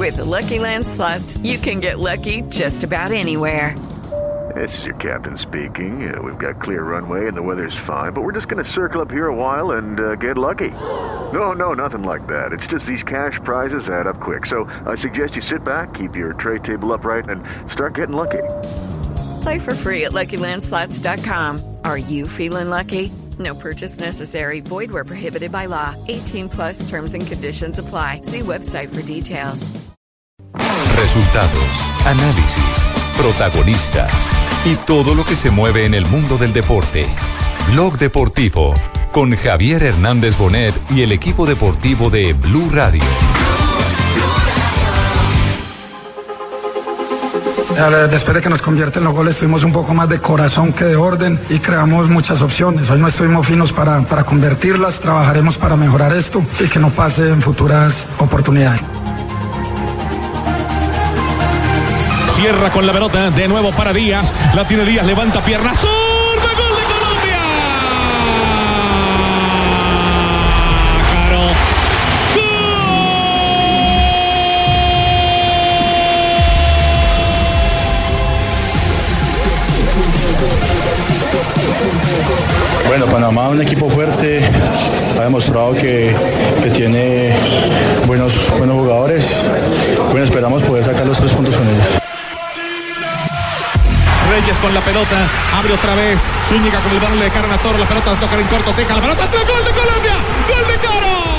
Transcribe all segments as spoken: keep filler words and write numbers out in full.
With the Lucky Land Slots, you can get lucky just about anywhere. This is your captain speaking. Uh, we've got clear runway and the weather's fine, but we're just going to circle up here a while and uh, get lucky. No, no, nothing like that. It's just these cash prizes add up quick. So I suggest you sit back, keep your tray table upright, and start getting lucky. Play for free at Lucky Land Slots dot com. Are you feeling lucky? No purchase necessary. Void where prohibited by law. eighteen plus terms and conditions apply. See website for details. Resultados, análisis, protagonistas y todo lo que se mueve en el mundo del deporte. Blog Deportivo con Javier Hernández Bonet y el equipo deportivo de Blue Radio. Después de que nos convierten los goles tuvimos un poco más de corazón que de orden y creamos muchas opciones. Hoy no estuvimos finos para, para convertirlas, trabajaremos para mejorar esto y que no pase en futuras oportunidades. Cierra con la pelota, de nuevo para Díaz, la tiene Díaz, levanta pierna, zurda, gol de Colombia. Caro. ¡Gol! Bueno, Panamá, un equipo fuerte, ha demostrado que, que tiene buenos, buenos jugadores. Bueno, esperamos poder sacar los tres puntos con ellos. Reyes con la pelota, abre otra vez, Zúñiga con el balón, le cargan a Toro, la pelota toca en corto, Teca, la pelota, gol de Colombia, gol de Caro.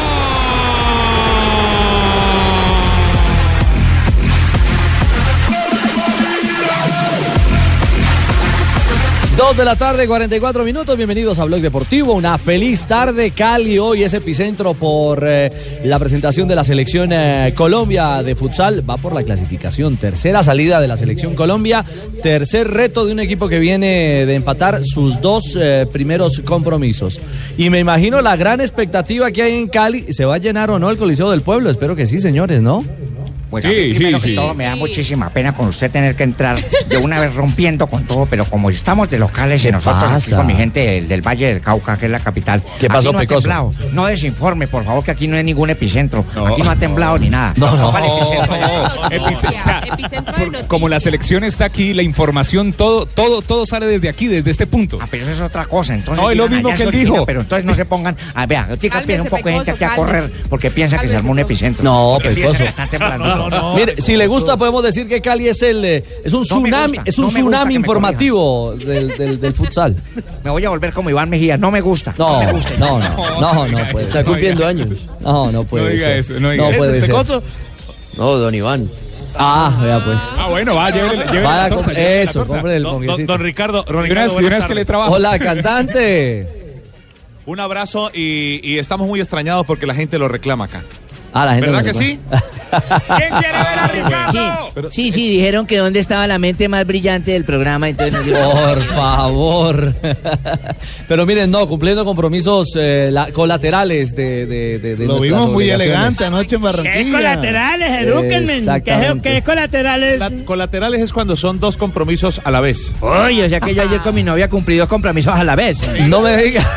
Dos de la tarde, cuarenta y cuatro minutos, bienvenidos a Blog Deportivo, una feliz tarde. Cali hoy es epicentro por eh, la presentación de la selección eh, Colombia de futsal, va por la clasificación, tercera salida de la selección Colombia, tercer reto de un equipo que viene de empatar sus dos eh, primeros compromisos. Y me imagino la gran expectativa que hay en Cali, ¿se va a llenar o no el Coliseo del Pueblo? Espero que sí, señores, ¿no? Pues sí, a mí, primero sí, que sí. todo, me da muchísima pena con usted tener que entrar de una vez rompiendo con todo, pero como estamos de locales y nosotros pasa? aquí con mi gente del, del Valle del Cauca, que es la capital, ¿Qué pasó, aquí no Pecoso? ha temblado. No desinforme, por favor, que aquí no hay ningún epicentro. No. Aquí no ha temblado ni nada. No, no. ¿Cuál epicentro? Epice- o sea, por- como la selección está aquí, la información, todo, todo, todo sale desde aquí, desde este punto. Ah, pero eso es otra cosa. Entonces, No, es lo digan, mismo allá que se él origina, dijo. Pero entonces no se pongan. Ah, vea, chicas, Cálmese, viene un poco de gente aquí a Pecoso, correr cálmese. porque piensa que se armó un epicentro. No, Porque piensa Pecoso. que están temblando. Mire, si le gusta podemos decir que Cali es el eh, es un No me tsunami, gusta, es un no me gusta tsunami que me informativo del, del, del futsal. Me voy a volver como Iván Mejía. No me gusta. No, me gusta. no, no, no, no puede Está ser. cumpliendo años. No, no puede No diga ser. eso, no diga eso. puede ¿Este ser. Pecoso? No, don Iván. Ah, vea pues. Ah, bueno, va, llévele, llévele Vaya, la torta, compre- llévele la eso, torta. compre el Don, don, ponquecito. don Ricardo, don Y una Ricardo, vez, y una buenas vez que le tardes. trabajo. Hola, cantante. Un abrazo y, y estamos muy extrañados porque la gente lo reclama acá. Ah, la gente ¿Verdad me que lo- sí? ¿Quién quiere ver a Ricardo? Pero- Sí, sí, dijeron que dónde estaba la mente más brillante del programa, entonces nos dio... Por favor. Pero miren, no, cumpliendo compromisos eh, la- colaterales de, de, de, de Lo nuestras vimos muy obligaciones. elegante anoche en Barranquilla. ¿Qué colaterales, edúquenme? ¿Qué es, Exactamente. qué es colaterales? La- colaterales es cuando son dos compromisos a la vez. Oye, o sea que yo ayer con mi novia cumplí dos compromisos a la vez. No me diga.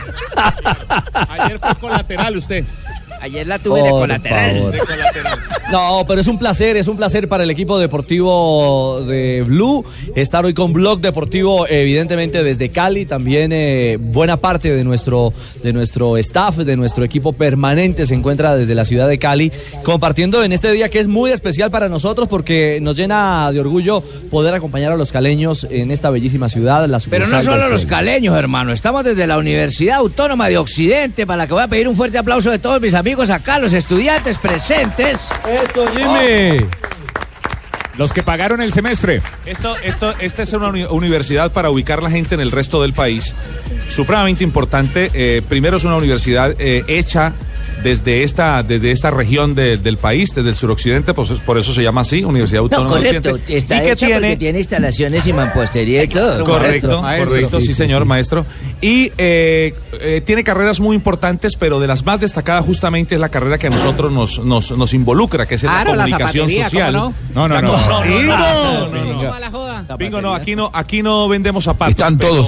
Ayer fue colateral usted. Ayer la tuve de Por colateral. favor. No, pero es un placer, es un placer para el equipo deportivo de Blue estar hoy con Blog Deportivo, evidentemente desde Cali, también eh, buena parte de nuestro, de nuestro staff, de nuestro equipo permanente se encuentra desde la ciudad de Cali, compartiendo en este día que es muy especial para nosotros porque nos llena de orgullo poder acompañar a los caleños en esta bellísima ciudad. La Pero no sucursal solo del los Sueño. caleños, hermano. Estamos desde la Universidad Autónoma de Occidente, para la que voy a pedir un fuerte aplauso de todos mis amigos acá, los estudiantes presentes. ¡Eso, Jimmy! Los que pagaron el semestre. Esto, esto, esta es una uni- universidad para ubicar la gente en el resto del país. Supremamente importante. Eh, primero es una universidad eh, hecha desde esta, desde esta región de- del país, desde el suroccidente, pues es- por eso se llama así, Universidad No, Autónoma del correcto. Occidente. Está y que hecha tiene porque tiene instalaciones y mampostería y todo. Correcto, Maestro. correcto, Sí, sí, sí, señor, sí. maestro. Y eh, eh, tiene carreras muy importantes, pero de las más destacadas justamente es la carrera que a nosotros nos, nos, nos involucra, que es Claro, la la comunicación zapatería, social. ¿cómo No, no, La no. co- no, no, Bingo. no, no, no, no. Bingo, no, aquí no, aquí no vendemos zapatos. Están pero- todos, ¿eh?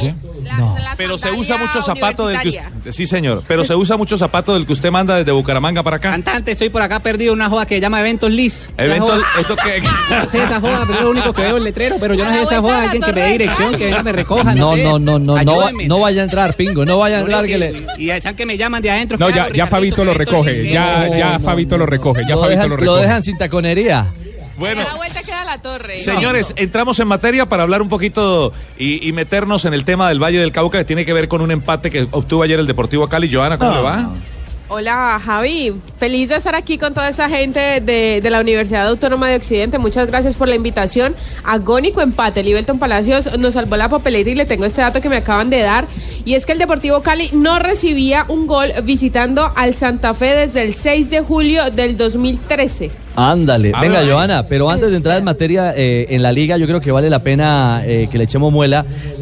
No. Pero se usa mucho zapato del que usted, sí señor, pero se usa mucho zapato del que usted manda desde Bucaramanga para acá. Cantante, estoy por acá perdido en una joda que se llama Eventos Liz. Eventos, esto que no sé esa joda, pero es lo único que veo el letrero, pero yo no sé esa joda, alguien que me dé dirección, que venga me recoja, no, no sé. No, no, no, no, no vaya a entrar, Pingo, no vaya a entrar que le y saben que me llaman de adentro. No, ya ya Fabito lo recoge, ya ya Fabito lo recoge, ya Fabito lo recoge. Lo dejan sin taconería. Bueno, la vuelta queda la torre. Señores, entramos en materia para hablar un poquito y, y meternos en el tema del Valle del Cauca, que tiene que ver con un empate que obtuvo ayer el Deportivo Cali. Joana, ¿cómo no. le va? Hola, Javi. Feliz de estar aquí con toda esa gente de, de la Universidad Autónoma de Occidente. Muchas gracias por la invitación. Agónico empate. Libelton Palacios nos salvó la papeleta y le tengo este dato que me acaban de dar. Y es que el Deportivo Cali no recibía un gol visitando al Santa Fe desde el seis de julio del dos mil trece. Ándale, ah, venga, Joana, pero antes de entrar en materia eh, en la liga, yo creo que vale la pena eh, que le echemos muela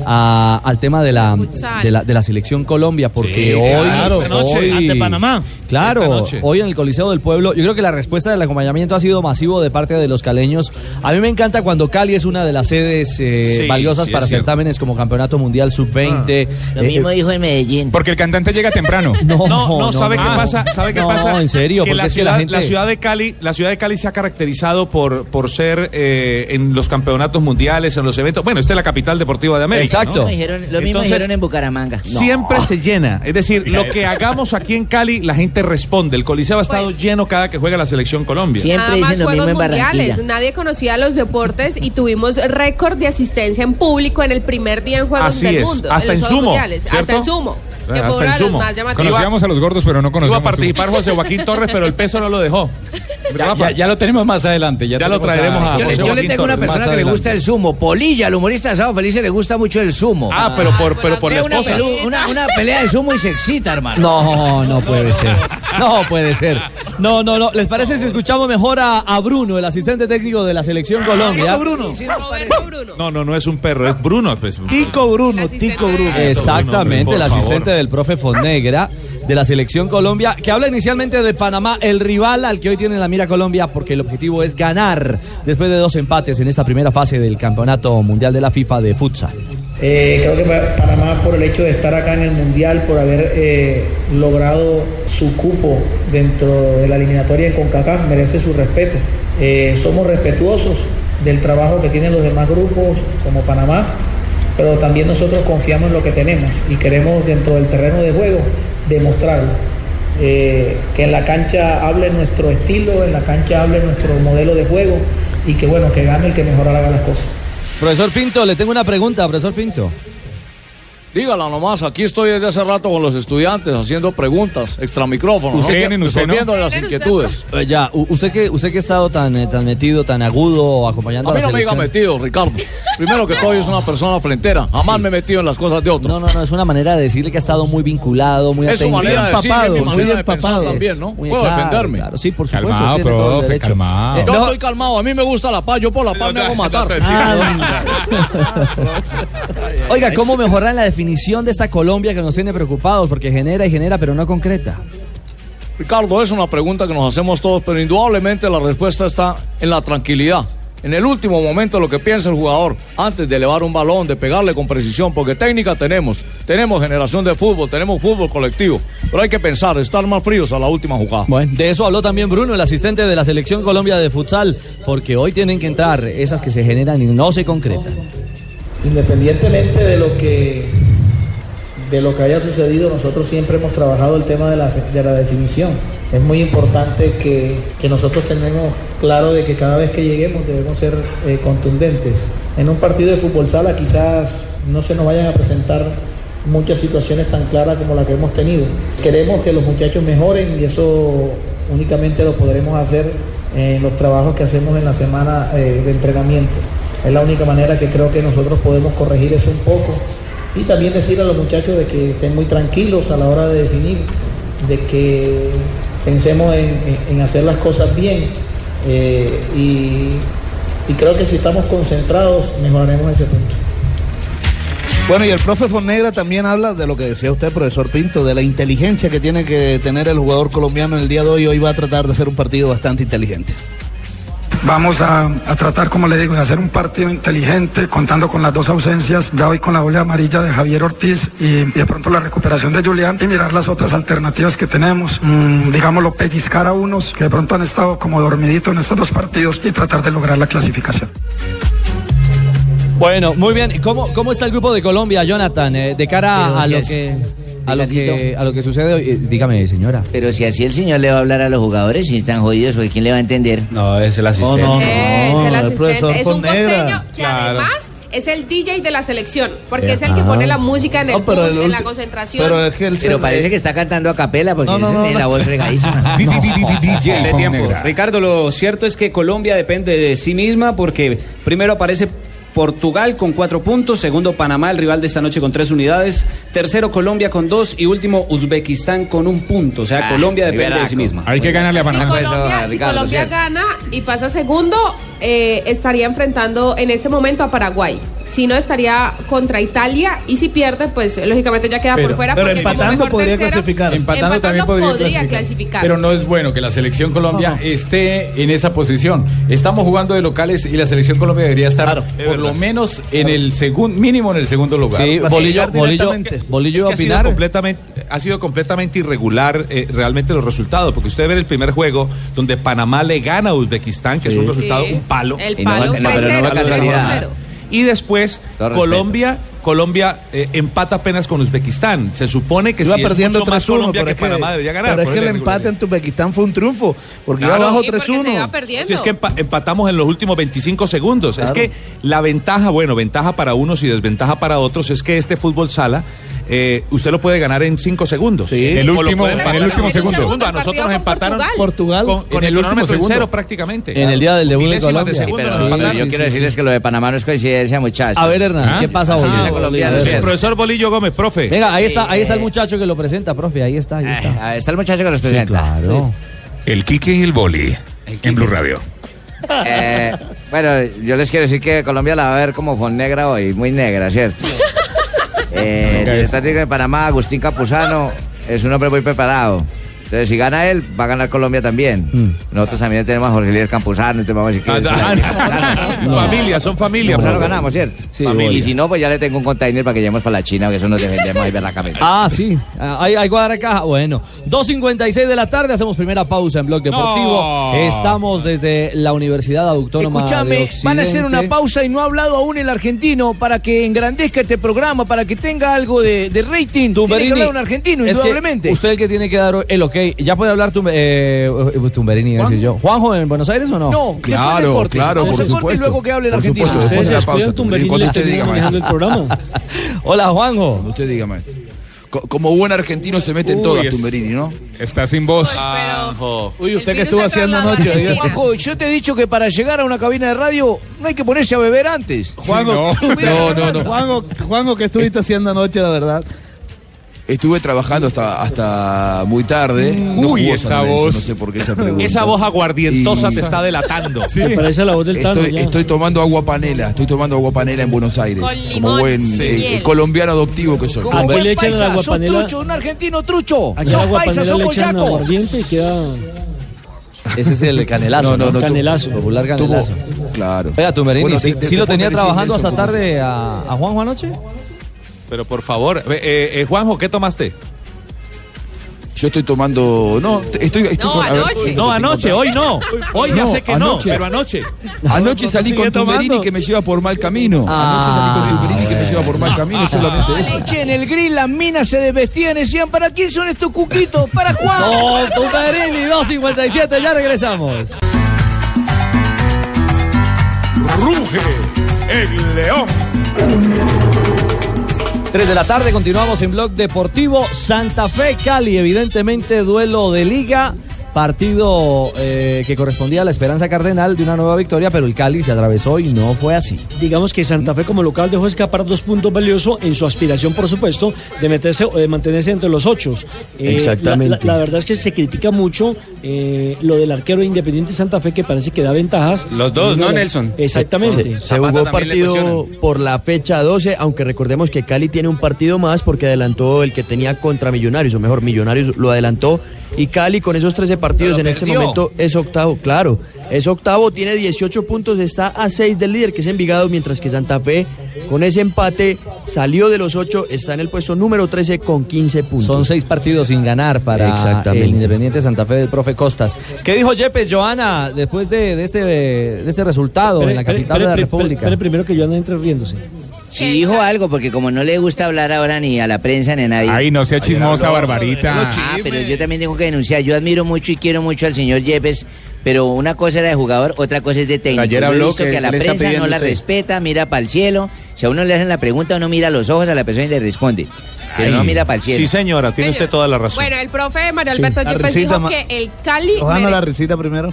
a, al tema de la, de la de la selección Colombia, porque sí, hoy, claro, esta noche, hoy ante Panamá. Claro, hoy en el Coliseo del Pueblo, yo creo que la respuesta del acompañamiento ha sido masivo de parte de los caleños. A mí me encanta cuando Cali es una de las sedes eh, sí, valiosas sí, para certámenes como Campeonato Mundial sub veinte. Ah, lo eh, mismo dijo en Medellín. Porque el cantante llega temprano. No, no, no ¿sabe no, qué no. pasa? ¿Sabe qué no, pasa? No, en serio, que porque la es ciudad, que la, gente... la ciudad de Cali, la ciudad de Cali se ha caracterizado por, por ser eh, en los campeonatos mundiales, en los eventos. Bueno, esta es la capital deportiva de América. Exacto. ¿no? Lo, dijeron, lo mismo Entonces, dijeron en Bucaramanga. No. Siempre se llena. Es decir, lo que hagamos aquí en Cali, la gente responde. El Coliseo ha estado pues, lleno cada que juega la selección Colombia. Siempre dicen lo mismo en Barranquilla. Nadie conocía los deportes y tuvimos récord de asistencia en público en el primer día en Juegos Así del es. Mundo. Hasta en, en sumo. Hasta en sumo. Que hasta fue en sumo. Conocíamos a los gordos, pero no conocíamos. Iba a participar José Joaquín Torres, pero el peso no lo dejó. Ya, ya, ya lo tenemos más adelante. Ya, ya lo traeremos a, a Yo, José yo Joaquín le tengo Torres. una persona que le gusta el sumo. Polilla, el humorista de Sábado Feliz, le gusta mucho el sumo. Ah, pero por, pero por la una, esposa. pelu, una, una pelea de sumo y se excita, hermano. No, no puede ser. No puede ser. No, no, no. ¿Les parece si escuchamos mejor a, a Bruno, el asistente técnico de la selección Colombia? Bruno. Bruno. No, no, no es un perro, es Bruno. Pues. Tico Bruno, Tico Bruno. Exactamente, Bruno, el asistente favor. del profe Fonnegra de la selección Colombia, que habla inicialmente de Panamá, el rival al que hoy tiene la mira Colombia, porque el objetivo es ganar después de dos empates en esta primera fase del Campeonato Mundial de la FIFA de futsal. Eh, creo que Panamá, por el hecho de estar acá en el Mundial, por haber eh, logrado su cupo dentro de la eliminatoria en CONCACAF, merece su respeto. Eh, somos respetuosos del trabajo que tienen los demás grupos como Panamá, pero también nosotros confiamos en lo que tenemos y queremos dentro del terreno de juego demostrarlo. Eh, que en la cancha hable nuestro estilo, en la cancha hable nuestro modelo de juego y que bueno, que gane el que mejor haga las cosas. Profesor Pinto, le tengo una pregunta, profesor Pinto. Dígala nomás, aquí estoy desde hace rato con los estudiantes haciendo preguntas, extra micrófono, ¿Usted ¿no? resolviendo las inquietudes. Eh, ya, usted que usted que ha estado tan, eh, tan metido, tan agudo, acompañando a a mí la no me diga metido, Ricardo. Primero que todo, yo soy una persona frentera. Jamás sí. me he metido en las cosas de otros. No, no, no, es una manera de decirle que ha estado muy vinculado, muy Es su manera de decirle, mi manera muy de pensar también, ¿no? Muy Puedo claro, defenderme. Claro, sí, por supuesto. Calmado, profe, calmado. Eh, yo no. estoy calmado, a mí me gusta la paz, yo por la paz me hago matar. Oiga, ¿cómo mejorar la definición de esta Colombia que nos tiene preocupados? Porque genera y genera, pero no concreta. Ricardo, es una pregunta que nos hacemos todos, pero indudablemente la respuesta está en la tranquilidad. En el último momento lo que piensa el jugador, antes de elevar un balón, de pegarle con precisión, porque técnica tenemos, tenemos generación de fútbol, tenemos fútbol colectivo, pero hay que pensar, estar más fríos a la última jugada. Bueno, de eso habló también Bruno, el asistente de la Selección Colombia de futsal, porque hoy tienen que entrar esas que se generan y no se concretan. Independientemente de lo que de lo que haya sucedido, nosotros siempre hemos trabajado el tema de la, de la definición. Es muy importante que, que nosotros tengamos claro de que cada vez que lleguemos debemos ser eh, contundentes. En un partido de fútbol sala quizás no se nos vayan a presentar muchas situaciones tan claras como la que hemos tenido. Queremos que los muchachos mejoren y eso únicamente lo podremos hacer en los trabajos que hacemos en la semana eh, de entrenamiento. Es la única manera que creo que nosotros podemos corregir eso un poco. Y también decir a los muchachos de que estén muy tranquilos a la hora de definir, de que pensemos en, en hacer las cosas bien eh, y, y creo que si estamos concentrados mejoraremos ese punto. Bueno, y el profe Fonnegra también habla de lo que decía usted, profesor Pinto, de la inteligencia que tiene que tener el jugador colombiano en el día de hoy. Hoy va a tratar de hacer un partido bastante inteligente. Vamos a, a tratar, como le digo, de hacer un partido inteligente, contando con las dos ausencias, ya hoy con la doble amarilla de Javier Ortiz y, y de pronto la recuperación de Julián, y mirar las otras alternativas que tenemos, mm, digámoslo, pellizcar a unos que de pronto han estado como dormiditos en estos dos partidos y tratar de lograr la clasificación. Bueno, muy bien. ¿Cómo, cómo está el grupo de Colombia, Jonathan, eh, de cara Pero a si lo es- que a lo que a lo que sucede hoy? Eh, dígame, señora. Pero si así el señor le va a hablar a los jugadores, si están jodidos, porque ¿quién le va a entender? No, es el asistente. No, no, Eh, no, es el el profesor asistente, es un Fonnegra. costeño que Claro. además es el D J de la selección, porque Eh, es el que ah. pone la música en el No, pero bus, el en la ulti- concentración. pero es que él Pero se- parece que está cantando a capela, porque No, no, él no, tiene no. la voz regadísima. Dele tiempo. Ricardo, lo cierto es que Colombia depende de sí misma porque primero aparece Portugal con cuatro puntos, segundo Panamá, el rival de esta noche con tres unidades, tercero Colombia con dos y último Uzbekistán con un punto. O sea, Ah, Colombia depende liberaco. de sí misma. Hay que ganarle a Si Panamá. Colombia, si Ricardo, Colombia ¿cierto? gana y pasa segundo, eh, estaría enfrentando en este momento a Paraguay. Si no, estaría contra Italia. Y si pierde, pues lógicamente ya queda Pero- por fuera. pero porque como empatando mejor podría tercero, clasificar. Empatando también podría clasificar. clasificar. Pero no es bueno que la selección Colombia No, no. esté en esa posición. Estamos jugando de locales y la selección Colombia debería estar Claro, por lo menos en el segundo, mínimo en el segundo lugar. Sí, Clasificar Bolillo, Bolillo, directamente. Bolillo Es iba que a ha sido opinar. completamente, ha sido completamente irregular eh, realmente los resultados, porque usted ve el primer juego donde Panamá le gana a Uzbekistán, que es un resultado, Sí, un palo. El Y no palo, va- no, pero no va tres cero, casualidad. tres cero. Y después Todo respeto. Colombia, Colombia eh, empata apenas con Uzbekistán. Se supone que Iba si es perdiendo mucho más tres uno, Colombia pero que es que, Panamá debería ganar. pero es por que el esa empate en Uzbekistán fue un triunfo, porque iba Claro. abajo Sí, porque tres se iba uno. perdiendo. Si es que empa- empatamos en los últimos veinticinco segundos. Claro. Es que la ventaja, bueno, ventaja para unos y desventaja para otros, es que este fútbol sala, eh, usted lo puede ganar en cinco segundos. Sí. El O lo último- puede en empatar el último un segundo. A nosotros nos Partido con empataron Portugal. Portugal con, con En el, el último cronómetro en segundo. cero prácticamente. En el día del debut de Milésimas Colombia. de segundo Pero, nos pero empataron. yo quiero decirles que lo de Panamá no es coincidencia, muchachos. A ver, Hernán, ¿Ah? ¿qué pasa, Bolillo? Ah, colombiano, A ver, El profesor Bolillo Gómez, profe. Venga, ahí está, ahí está el eh. muchacho que lo presenta, profe. Ahí está, ahí está. Ah, ahí está el muchacho que nos presenta. Claro. El Quique y el Boli en Blue Radio. Eh, bueno, yo les quiero decir que Colombia la va a ver como con negra hoy, muy negra, ¿cierto? Eh, el director técnico de Panamá, Agustín Campuzano, es un hombre muy preparado. Entonces, si gana él, va a ganar Colombia también. Mm. Nosotros también tenemos a Jorge Líder Campuzano, entonces vamos a decir que... Ah, no. Familia, son familia. Campuzano profe. ganamos, ¿cierto? Sí, y Bolivia. si no, pues ya le tengo un container para que llevemos para la China, que eso nos defendemos ahí ver la cabeza. Ah, sí. Ah, Hay, hay cuadra de caja. Bueno, dos cincuenta y seis de la tarde. Hacemos primera pausa en Blog Deportivo. No. Estamos desde la Universidad Autónoma de Escúchame, Occidente. van a hacer una pausa y no ha hablado aún el argentino para que engrandezca este programa, para que tenga algo de, de rating. Tiene que Tumberini, hablar un argentino, es que indudablemente. usted el que tiene que dar el ok. ¿Ya puede hablar Tumbe- eh, Tumberini, iba a decir yo? ¿Juanjo en Buenos Aires o no? No, después Claro, del corte. claro, Vamos por al corte y supuesto. luego que hable el Por argentino. supuesto, después de la pausa. Tumberini Cuando le usted diga, manejando el maestro. programa. Hola, Juanjo. Cuando usted diga, maestro. Co- Como buen argentino se mete en Uy, todas, es- Tumberini, ¿no? Está sin voz. Juanjo. Uy, usted El que estuvo virus se haciendo trasladó anoche. a oiga. Argentina. Juanjo, yo te he dicho que para llegar a una cabina de radio no hay que ponerse a beber antes. Juanjo, Sí, No, no, no. Juanjo, Juanjo, ¿qué estuviste haciendo anoche, la verdad? Estuve trabajando hasta, hasta muy tarde. No Uy, jugó esa San Lorenzo, voz. No sé por qué esa pregunta. Esa voz aguardientosa Y- te está delatando. Se parece a la voz del Tano Estoy, ya. estoy tomando agua panela, estoy tomando agua panela en Buenos Aires. Con como limón, buen sí. eh, miel. colombiano adoptivo que soy. Como Aquí buen le echan el paisa, agua sos panela. trucho, un argentino trucho. Aquí Sos agua paisa, panela sos le echan boyaco. aguardiente y queda Ese es el canelazo. No, no, no. tu- canelazo. Popular tuvo- canelazo. Claro. Oiga, Tumberini, Bueno, ¿sí, te- sí te lo puede tenía decir trabajando Nelson hasta cómo se- tarde a, a Juanjo anoche? Pero por favor, eh, eh, eh, Juanjo, ¿qué tomaste? Yo estoy tomando. No, te- estoy. estoy No, con- a ver, anoche. No, anoche, hoy no. Hoy ya No, sé que anoche. no, pero anoche. Anoche salí sigue con Tumberini tomando? que me lleva por mal camino. Ah, Anoche salí con Tumberini que me lleva por mal camino, solamente eso. Anoche en el grill las minas se desvestían y decían, ¿para quién son estos cuquitos? ¡Para Juan! No, Tumberini, dos cincuenta y siete, ya regresamos. Ruge el león. tres de la tarde, continuamos en Blog Deportivo. Santa Fe, Cali, evidentemente duelo de liga. Partido eh, que correspondía a la esperanza cardenal de una nueva victoria, pero el Cali se atravesó y no fue así. Digamos que Santa Fe como local dejó escapar dos puntos valiosos en su aspiración, por supuesto, de meterse o de mantenerse entre los ocho. Eh, Exactamente. La, la- la verdad es que se critica mucho eh, lo del arquero de Independiente Santa Fe, que parece que da ventajas. Los dos, ¿no, la- Nelson? Exactamente. Se, se jugó partido por la fecha doce, aunque recordemos que Cali tiene un partido más porque adelantó el que tenía contra Millonarios, o mejor, Millonarios lo adelantó, y Cali con esos trece partidos partidos Pero en este perdió. momento es octavo, claro. Es octavo, tiene dieciocho puntos, está a seis del líder que es Envigado, mientras que Santa Fe con ese empate salió de los ocho, está en el puesto número trece con quince puntos. Son seis partidos sin ganar para Exactamente. el Independiente Santa Fe del profe Costas. ¿Qué dijo Yepes, Joana, después de, de, este, de este resultado en la capital de la República? Espere primero que Joana entre riéndose. Sí dijo algo, porque como no le gusta hablar ahora ni a la prensa ni a nadie. Ay, no sea chismosa, Barbarita. Ah, pero yo también tengo que denunciar. Yo admiro mucho y quiero mucho al señor Yepes, pero una cosa era de jugador, otra cosa es de técnico. Ayer Yo he habló visto que que a la le está prensa no pidiendo la usted. respeta, mira para el cielo. Si a uno le hacen la pregunta, uno mira a los ojos a la persona y le responde. Pero Ay, no mira para el cielo. Sí, señora, tiene usted toda la razón. Bueno, el profe Mario Sí. Alberto La Yepes risita, dijo ma- que el Cali... Ojalá mere- la risita primero.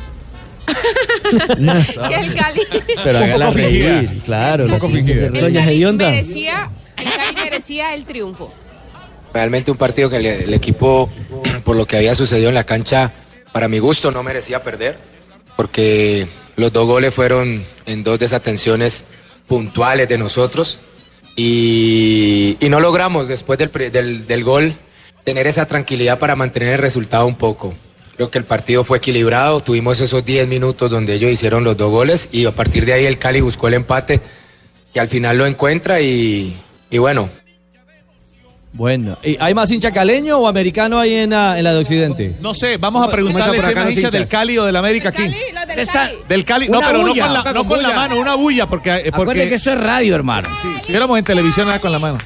que el Cali... Pero Un hágala poco reír, fingida. claro. Un poco no tiene que fingida. ser el reír. Cali merecía, el Cali merecía el triunfo. Realmente un partido que el, el equipo, por lo que había sucedido en la cancha, para mi gusto no merecía perder, porque los dos goles fueron en dos desatenciones puntuales de nosotros y, y no logramos después del, pri- del, del gol tener esa tranquilidad para mantener el resultado un poco. Creo que el partido fue equilibrado, tuvimos esos diez minutos donde ellos hicieron los dos goles y a partir de ahí el Cali buscó el empate que al final lo encuentra y, y bueno. Bueno, ¿y ¿hay más hincha caleño o americano ahí en la, en la de Occidente? No sé, vamos a preguntarle si hay más hinchas del Cali o del América aquí. Del Cali, no, Una pero no bulla. con, la, no con la mano, una bulla, porque... eh, porque Acuerde que esto es radio, hermano. Sí, si estuviéramos en televisión, nada con la mano.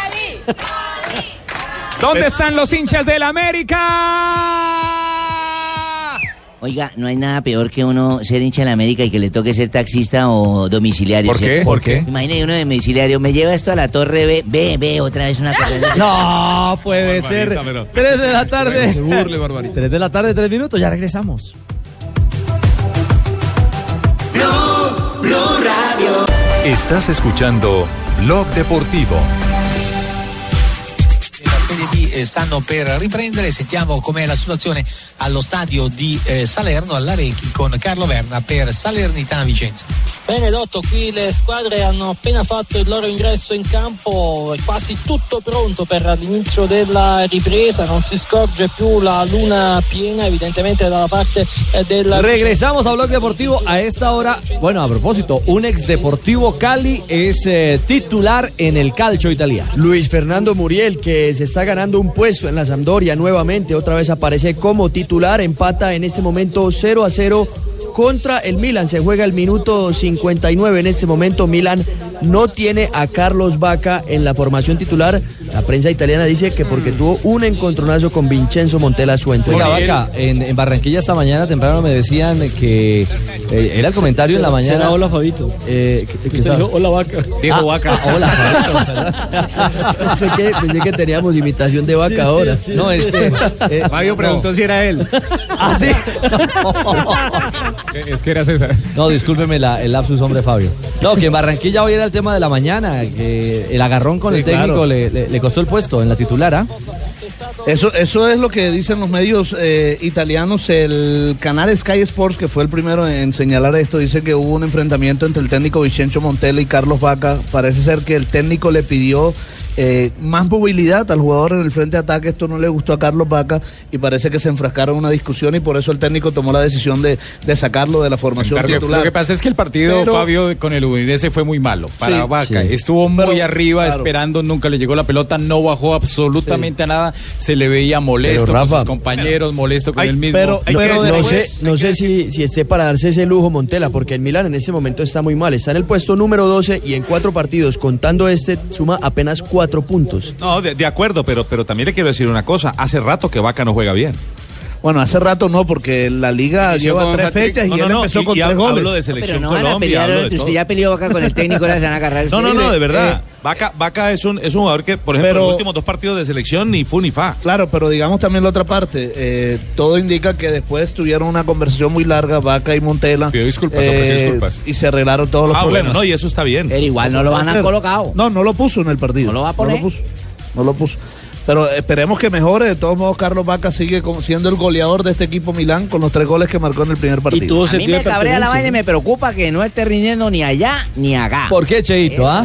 ¿Dónde están los hinchas del América? Oiga, no hay nada peor que uno ser hincha de la América y que le toque ser taxista o domiciliario. ¿Por qué? ¿cierto? ¿Por qué? Imagine uno de domiciliario, me lleva esto a la torre B, ve, ve, otra vez una cosa. No, puede ser. pero- Tres de la tarde. Se burle, Barbarita. Tres de la tarde, tres minutos, ya regresamos. Estás escuchando Blog Deportivo. La Serie B eh, stanno per riprendere, sentiamo com'è la situazione allo stadio di eh, Salerno all'Arechi con Carlo Verna per Salernitana Vicenza. Bene Dotto, qui le squadre hanno appena fatto il loro ingresso in campo, è quasi tutto pronto per l'inizio della ripresa, non si scorge più la luna piena evidentemente dalla parte eh, della... Regresamos a Blog Deportivo a esta hora. Bueno, a propósito, un ex Deportivo Cali es eh, titular en el calcio italiano. Luis Fernando Muriel, que se está ganando un puesto en la Sampdoria nuevamente, otra vez aparece como titular, empata en este momento cero a cero contra el Milan, se juega el minuto cincuenta y nueve en este momento. Milan no tiene a Carlos Vaca en la formación titular. La prensa italiana dice que porque tuvo un encontronazo con Vincenzo Montella su Oiga, entrenador. Vaca, en, en Barranquilla esta mañana temprano me decían que eh, era el comentario en la mañana. Será hola Fabito. Eh, que- que Usted estaba- dijo hola Vaca. Dijo Vaca. Hola, pensé, que, pensé que teníamos imitación de Vaca Sí, ahora. sí, sí. No, es que, eh, Fabio preguntó no. si era él. ¿Ah, sí? Es que era César. No, discúlpeme la, el lapsus, hombre, Fabio. No, que en Barranquilla hoy era el tema de la mañana, que el agarrón con Sí, el técnico claro. le, le- le costó el puesto en la titular, ¿ah? Eso, eso es lo que dicen los medios eh, italianos. El canal Sky Sports, que fue el primero en señalar esto, dice que hubo un enfrentamiento entre el técnico Vincenzo Montella y Carlos Vaca. Parece ser que el técnico le pidió eh, más movilidad al jugador en el frente de ataque. Esto no le gustó a Carlos Vaca y parece que se enfrascaron en una discusión y por eso el técnico tomó la decisión de, de sacarlo de la formación Sentarlo. titular. Lo que pasa es que el partido, Pero- Fabio, con el Udinese fue muy malo para Sí, Vaca. sí. Estuvo muy Pero, arriba claro. esperando, nunca le llegó la pelota, no bajó absolutamente a nada. Se le veía molesto Pero, con Rafa, sus compañeros, molesto con Ay, él mismo. Pero, Hay no, que no decir- sé, no sé si, si esté para darse ese lujo Montella, porque el Milan en este momento está muy mal. Está en el puesto número doce y en cuatro partidos, contando este, suma apenas cuatro puntos. No, de, de acuerdo, pero, pero también le quiero decir una cosa. Hace rato que Vaca no juega bien. Bueno, hace rato no, porque la liga Inició lleva con tres hat-trick. fechas y No, no, él no, empezó y- con y tres hablo- goles. hablo de selección Pero no van a Colombia, pelear, hablo de usted todo. ya peleó Vaca con el técnico, ahora se van a agarrar No, no, ustedes. no, de verdad. Eh, Vaca, Vaca es un, es un jugador que, por ejemplo, Pero- en los últimos dos partidos de selección ni fu ni fa. Claro, pero digamos también la otra parte. eh, todo indica que después tuvieron una conversación muy larga, Vaca y Montella. Pidió disculpas, ofreció disculpas. Y se arreglaron todos los Ah, problemas. bueno, no, y eso está bien. Pero igual no lo van a colocado. No, no lo puso en el partido. ¿No lo va a poner? No lo puso. No lo puso. Pero esperemos que mejore. De todos modos, Carlos Vaca sigue como siendo el goleador de este equipo Milán con los tres goles que marcó en el primer partido. A mí me cabrea la vaina y me preocupa que no esté rindiendo ni allá ni acá. ¿Por qué, Cheito, ah?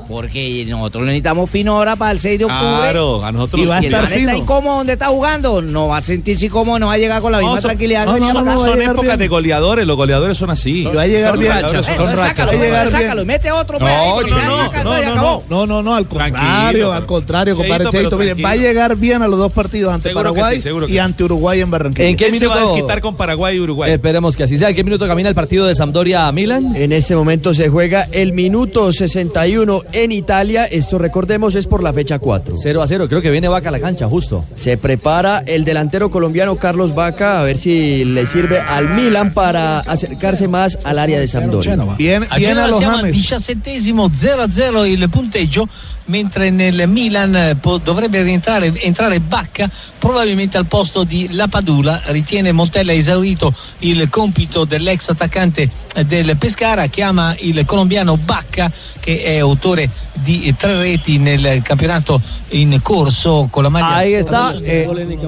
Porque nosotros necesitamos fino ahora para el seis de octubre. Claro, a nosotros y va a nos estar quiere. fino. Está incómodo donde está jugando, no va a sentirse cómodo, no va a llegar con la misma No, son- tranquilidad no, que no, venía no, para acá. son épocas de goleadores, los goleadores son así. Va a llegar Son bien. goleadores, Eh, son sácalo, rachas. va a llegar bien. Sácalo, mete otro. No, pues, ahí, porque no, ya no, acá, no, ya no, acabó. no, no, no, al Tranquilo, contrario, al pero- contrario, compadre Cheito, Cheito, pero miren, va a tranquilo. llegar bien a los dos partidos ante Seguro que Paraguay sí, seguro que y sí. ante Uruguay en Barranquilla. ¿En qué Él se va a minuto? desquitar con Paraguay y Uruguay. Esperemos que así sea. ¿En qué minuto camina el partido de Sampdoria a Milan? En este momento se juega el minuto sesenta y uno en Italia. Esto, recordemos, es por la fecha cuatro. cero a cero. Creo que viene Vaca a la cancha, justo. Se prepara el delantero colombiano Carlos Vaca a ver si le sirve al Milan para acercarse más al área de Sampdoria. Bien, A bien a Genova los siamo al James. diciassettesimo, zero a zero il punteggio, mentre nel Milan eh, po- dovrebbe rientrare entrare Bacca, probabilmente al posto di Lapadula. Ritiene Montella esaurito il compito dell'ex attaccante eh, del Pescara, chiama il colombiano Bacca, che è autore di eh, tre reti nel campionato in corso con la maglia. Ahí está. eh,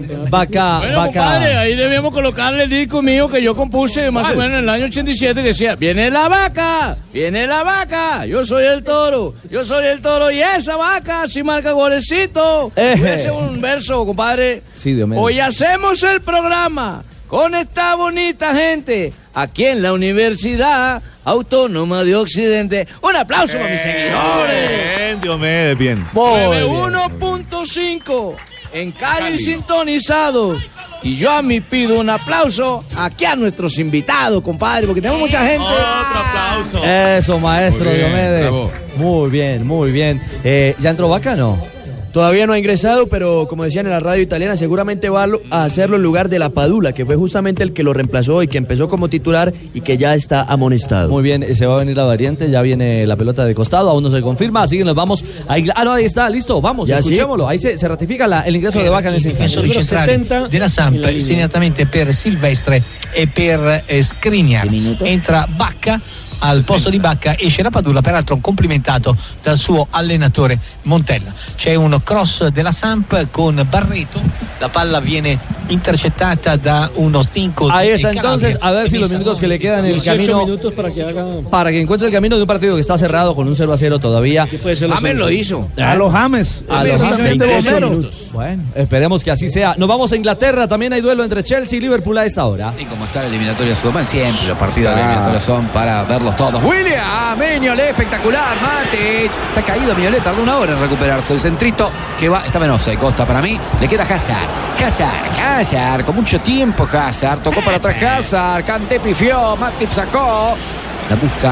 Vaca, Bueno, Vaca. compadre, ahí debíamos colocarle el disco mío que yo compuse más o menos en el año ochenta y siete que decía, viene la vaca, viene la vaca, yo soy el toro, yo soy el toro y esa vaca si marca golecito. Eh. Voy a hacer un verso, compadre. Sí, Dios mío. Hoy hacemos el programa con esta bonita gente aquí en la Universidad Autónoma de Occidente. Un aplauso para mis seguidores. Bien, Diomedes, bien. nueve uno punto cinco en Cali sintonizado. Y yo a mí pido un aplauso aquí a nuestros invitados, compadre, porque tenemos mucha gente. Otro aplauso. Eso, maestro Muy bien, Diomedes. bravo. Muy bien, muy bien. Eh, ¿Ya entró Vaca no? Todavía no ha ingresado, pero como decían en la radio italiana, seguramente va a lo- a hacerlo en lugar de la Padula, que fue justamente el que lo reemplazó y que empezó como titular y que ya está amonestado. Muy bien, eh, se va a venir la variante, ya viene la pelota de costado, aún no se confirma, así que nos vamos a... Ingl- Ah, no, ahí está, listo, vamos, Ya, sí. escuchémoslo. Ahí se, se ratifica la- el ingreso de Vaca en Il ese difensore instante. centrale della Samp, segnatamente per Silvestre e per eh, Skriniar. Entra Bacca. Al posto di Bacca esce Lapadula, peraltro complimentato dal suo allenatore Montella. C'è un cross della Samp con Barreto, la palla viene intercettata da uno stinco Ahí di está Calabria. entonces, a ver si los minutos que le quedan en el camino... minutos para que haga... Para que encuentre el camino de un partido que está cerrado con un cero a cero todavía. puede ser la James lo solución? hizo. A los James. A El los James James, de veintiocho Bomberos. minutos. Bueno, esperemos que así sea. Nos vamos a Inglaterra, también hay duelo entre Chelsea y Liverpool a esta hora. Y como está la eliminatoria Sudamérica, siempre los partidos de la eliminatoria son para verlos todos. William, Mignolet, espectacular, Matic. Está caído Mignolet, tardó una hora en recuperarse. El centrito que va, está menos de Costa para mí. Le queda Hazard. Hazard, Hazard, con mucho tiempo Hazard. Tocó para atrás Hazard. Kanté pifió, Matip sacó. La busca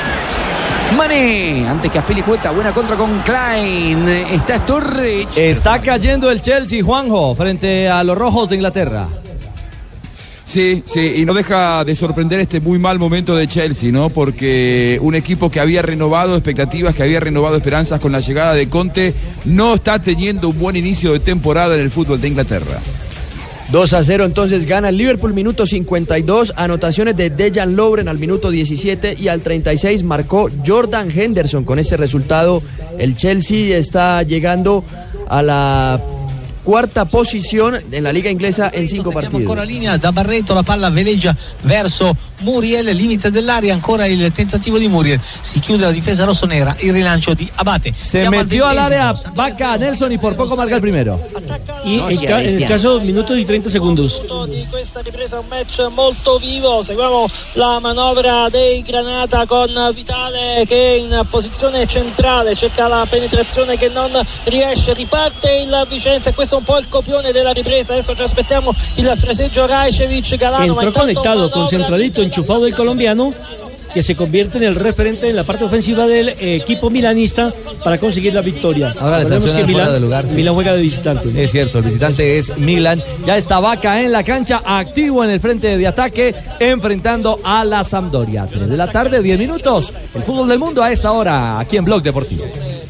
Mané, antes que Aspilicueta, buena contra con Klein. Está Sturridge. Está cayendo el Chelsea, Juanjo, frente a los rojos de Inglaterra. Sí, sí, y no deja de sorprender este muy mal momento de Chelsea, ¿no? Porque un equipo que había renovado expectativas, que había renovado esperanzas con la llegada de Conte, no está teniendo un buen inicio de temporada en el fútbol de Inglaterra. dos a cero entonces gana el Liverpool, minuto cincuenta y dos, anotaciones de Dejan Lovren al minuto diecisiete y al treinta y seis marcó Jordan Henderson. Con ese resultado el Chelsea está llegando a la cuarta posición en la liga inglesa en cinco partidos. Ancora linea da Barreto, la palla veleggia verso Muriel, limite dell'area, ancora il tentativo di Muriel, si chiude la difesa rossonera, il rilancio di Abate. Se Siamo metió al ventesimo. área Vaca Nelson y por poco marca el primero. Y No, en, sia ca- en bestia. escasos minutos y treinta segundos. Di questa ripresa, un match molto vivo. Seguiamo la manovra dei Granata con Vitale che in posizione centrale cerca la penetrazione che non riesce, riparte il Vicenza e questo è un po' il copione della ripresa. Adesso ci aspettiamo il fraseggio Raicevic Galano, ma Entró intanto conectado, manovra concentradito, enchufado del colombiano, que se convierte en el referente en la parte ofensiva del eh, equipo milanista para conseguir la victoria. Ahora le Recordemos sancionan que fuera Milán, de lugar, sí. Milán juega de visitante. Es cierto, el visitante es Milan. Ya está Vaca en la cancha, activo en el frente de ataque, enfrentando a la Sampdoria. tres de la tarde, diez minutos. El fútbol del mundo a esta hora, aquí en Blog Deportivo.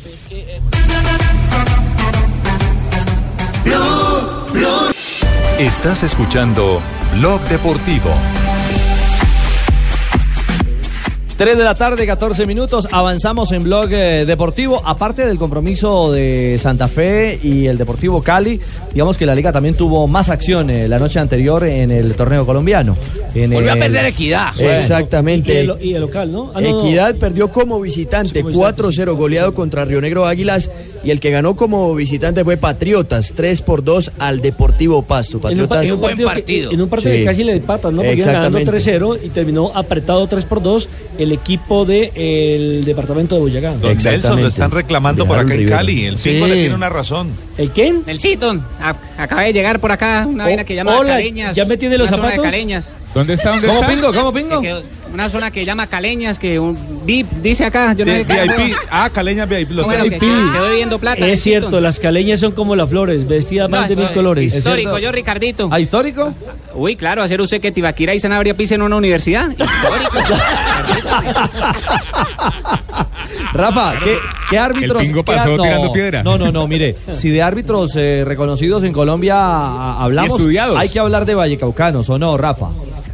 Estás escuchando Blog Deportivo. tres de la tarde, catorce minutos, avanzamos en Blog eh, Deportivo. Aparte del compromiso de Santa Fe y el Deportivo Cali, digamos que la Liga también tuvo más acción eh, la noche anterior en el torneo colombiano. En Volvió el... a perder Equidad. Exactamente. Y el, y el local, ¿no? Ah, no, no. Equidad perdió como visitante cuatro cero goleado contra Río Negro Águilas, y el que ganó como visitante fue Patriotas tres por dos al Deportivo Pasto. Patriotas, en un, en un partido, que, en un partido Sí. que casi le empatan, ¿no? Porque iban ganando tres cero y terminó apretado tres por dos el equipo del departamento de Boyacá. Don Nelson, lo están reclamando por acá en Cali. El Pingo Sí. le tiene una razón. ¿El quién? Nelsito, a- acabé de llegar por acá, una vaina que llama hola, Caleñas. ¿ya me tiene los una zona de zapatos? Caleñas. ¿Dónde está? ¿Dónde ¿Cómo está? pingo? ¿Cómo pingo? Que- una zona que llama Caleñas, que un V I P dice acá. Yo no sé V I P. Ah, Caleñas V I P. Los Bueno, que, que voy viendo plata. Es Nelsito. cierto, las caleñas son como las flores, vestidas No, más de eso mil es colores. Histórico, yo Ricardito. ¿Ah, histórico? Uy, claro, hacer usted que Tibaquira y Sanabria pisen una universidad. Histórico. Rafa, ¿qué, qué árbitros? El Pingo qué pasó ar- no, tirando piedra. No, no, no, mire, si de árbitros eh, reconocidos en Colombia a- hablamos, Y estudiados. hay que hablar de vallecaucanos, ¿o no, Rafa?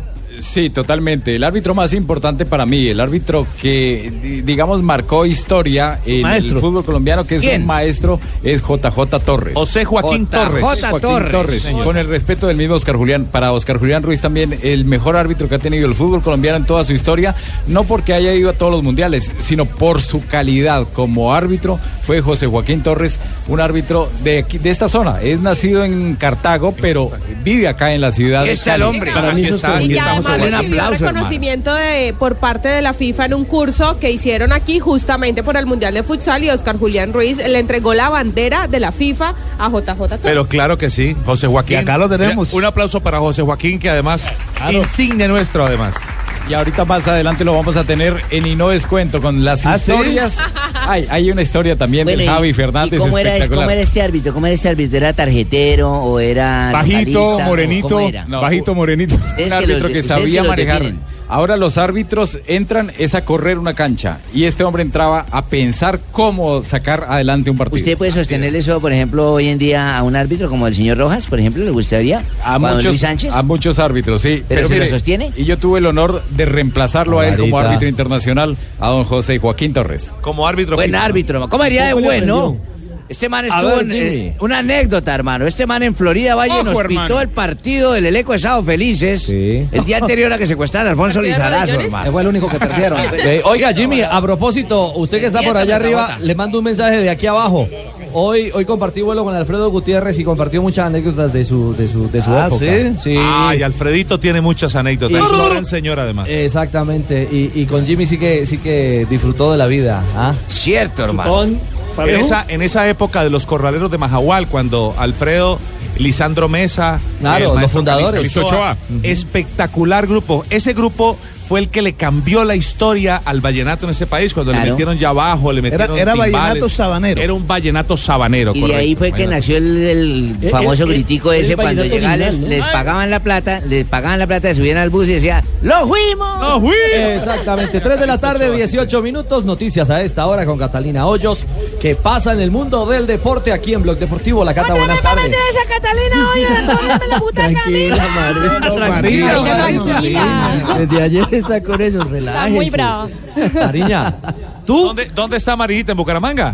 Sí, totalmente. El árbitro más importante para mí, el árbitro que, di- digamos, marcó historia en Maestro. el fútbol colombiano, que es ¿Quién? un maestro, es J J Torres. José Joaquín J J Torres. Torres. Joaquín Torres, señor. con el respeto del mismo Oscar Julián. Para Oscar Julián Ruiz también, el mejor árbitro que ha tenido el fútbol colombiano en toda su historia, no porque haya ido a todos los mundiales, sino por su calidad como árbitro, fue José Joaquín Torres, un árbitro de, aquí- de esta zona. Es nacido en Cartago, pero vive acá en la ciudad Ahí de está el Cali. hombre. Para mí eso es está, todo. Y aquí que estamos además hablando. recibió aplauso, reconocimiento de, por parte de la FIFA en un curso que hicieron aquí justamente por el Mundial de Futsal, y Oscar Julián Ruiz le entregó la bandera de la FIFA a J J Torres. Pero claro que sí, José Joaquín. Y acá lo tenemos. Mira, un aplauso para José Joaquín, que además, insigne nuestro además. Y ahorita más adelante lo vamos a tener en Y No Descuento con las ¿Ah, sí? historias. Ay, hay una historia también Bueno, del y- Javi Fernández ¿y cómo era, espectacular. cómo era este árbitro? ¿Cómo era este árbitro? ¿Era tarjetero o era Bajito, localista, o morenito, cómo era? No, bajito, morenito. Ustedes Un que árbitro los- que ustedes sabía que los manejar. definen. Ahora los árbitros entran es a correr una cancha y este hombre entraba a pensar cómo sacar adelante un partido. ¿Usted puede sostener eso, por ejemplo, hoy en día a un árbitro como el señor Rojas, por ejemplo, le gustaría? A ¿O don muchos, Luis Sánchez? a muchos árbitros, sí. ¿Pero se lo sostiene? Y yo tuve el honor de reemplazarlo a él como Margarita. árbitro internacional, a don José Joaquín Torres. Como árbitro. Buen FIFA. árbitro. ¿Cómo diría de ¿Cómo le bueno? aprendió? Este man A estuvo ver, en Jimmy. eh, una anécdota, hermano. Este man en Florida Valle Ojo, nos pitó hermano. el partido del Eleco de Sábado Felices Sí. el día anterior a que secuestraran a Alfonso ¿Partido de Lizarazo, Rodillones? hermano. Fue el único que perdieron. Eh, oiga, Jimmy, a propósito, usted que está por allá arriba, le mando un mensaje de aquí abajo. Hoy, hoy compartí vuelo con Alfredo Gutiérrez y compartió muchas anécdotas de su, de su, de su Ah, época. ¿sí? Sí. Ay, Alfredito tiene muchas anécdotas. Y- Es un gran señor, además. Exactamente. Y, y con Jimmy sí que sí que disfrutó de la vida. ¿Ah? Cierto, hermano. Con En Parejo. esa, en esa época de los corraleros de Majahual, cuando Alfredo, Lisandro Mesa, Claro, los maestro fundadores. Calixto Ochoa. espectacular grupo. Ese grupo fue el que le cambió la historia al vallenato en ese país, cuando le Claro. metieron ya abajo, le metieron era timbales. vallenato sabanero. Era un vallenato sabanero, Y de ahí correcto, fue que imagínate. nació el, el Eh, famoso eh, eh, gritico el ese cuando vallenato llegaba, les, original, ¿no? les pagaban la plata, les pagaban la plata, subían al bus y decía, ¡lo fuimos! ¡No, fui! Exactamente, tres de la tarde, dieciocho minutos, noticias a esta hora con Catalina Hoyos, que pasa en el mundo del deporte aquí en Blog Deportivo. La Cata, buenas tardes. esa Catalina hoy? Tranquila, Marina. Marina, Marina, tranquila. Desde ayer está con eso, relájese. Está muy brava. Mariña, ¿tú? ¿Dónde, ¿Dónde está Marinita? ¿En Bucaramanga?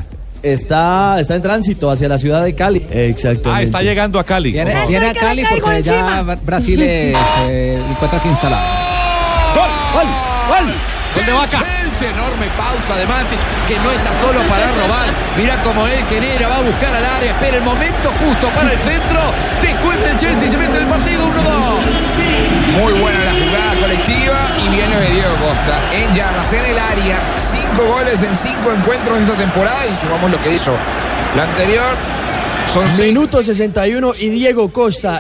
Está, está en tránsito hacia la ciudad de Cali. Exactamente. Ah, está llegando a Cali. Viene, Por favor. viene a Cali porque ya Brasil eh, se encuentra aquí instalado. ¡Gol! ¡Gol! ¡Gol! Gol de Vaca. Chelsea, enorme pausa de Matic, que no está solo para robar. Mira cómo él genera, va a buscar al área, espera el momento justo para el centro. Descuenta el Chelsea y se mete en el partido uno dos. Muy buena la jugada colectiva y viene de Diego Costa en llamas en el área. Cinco goles en cinco encuentros esta temporada y sumamos lo que hizo la anterior. Son seis. Minuto sesenta y uno y Diego Costa,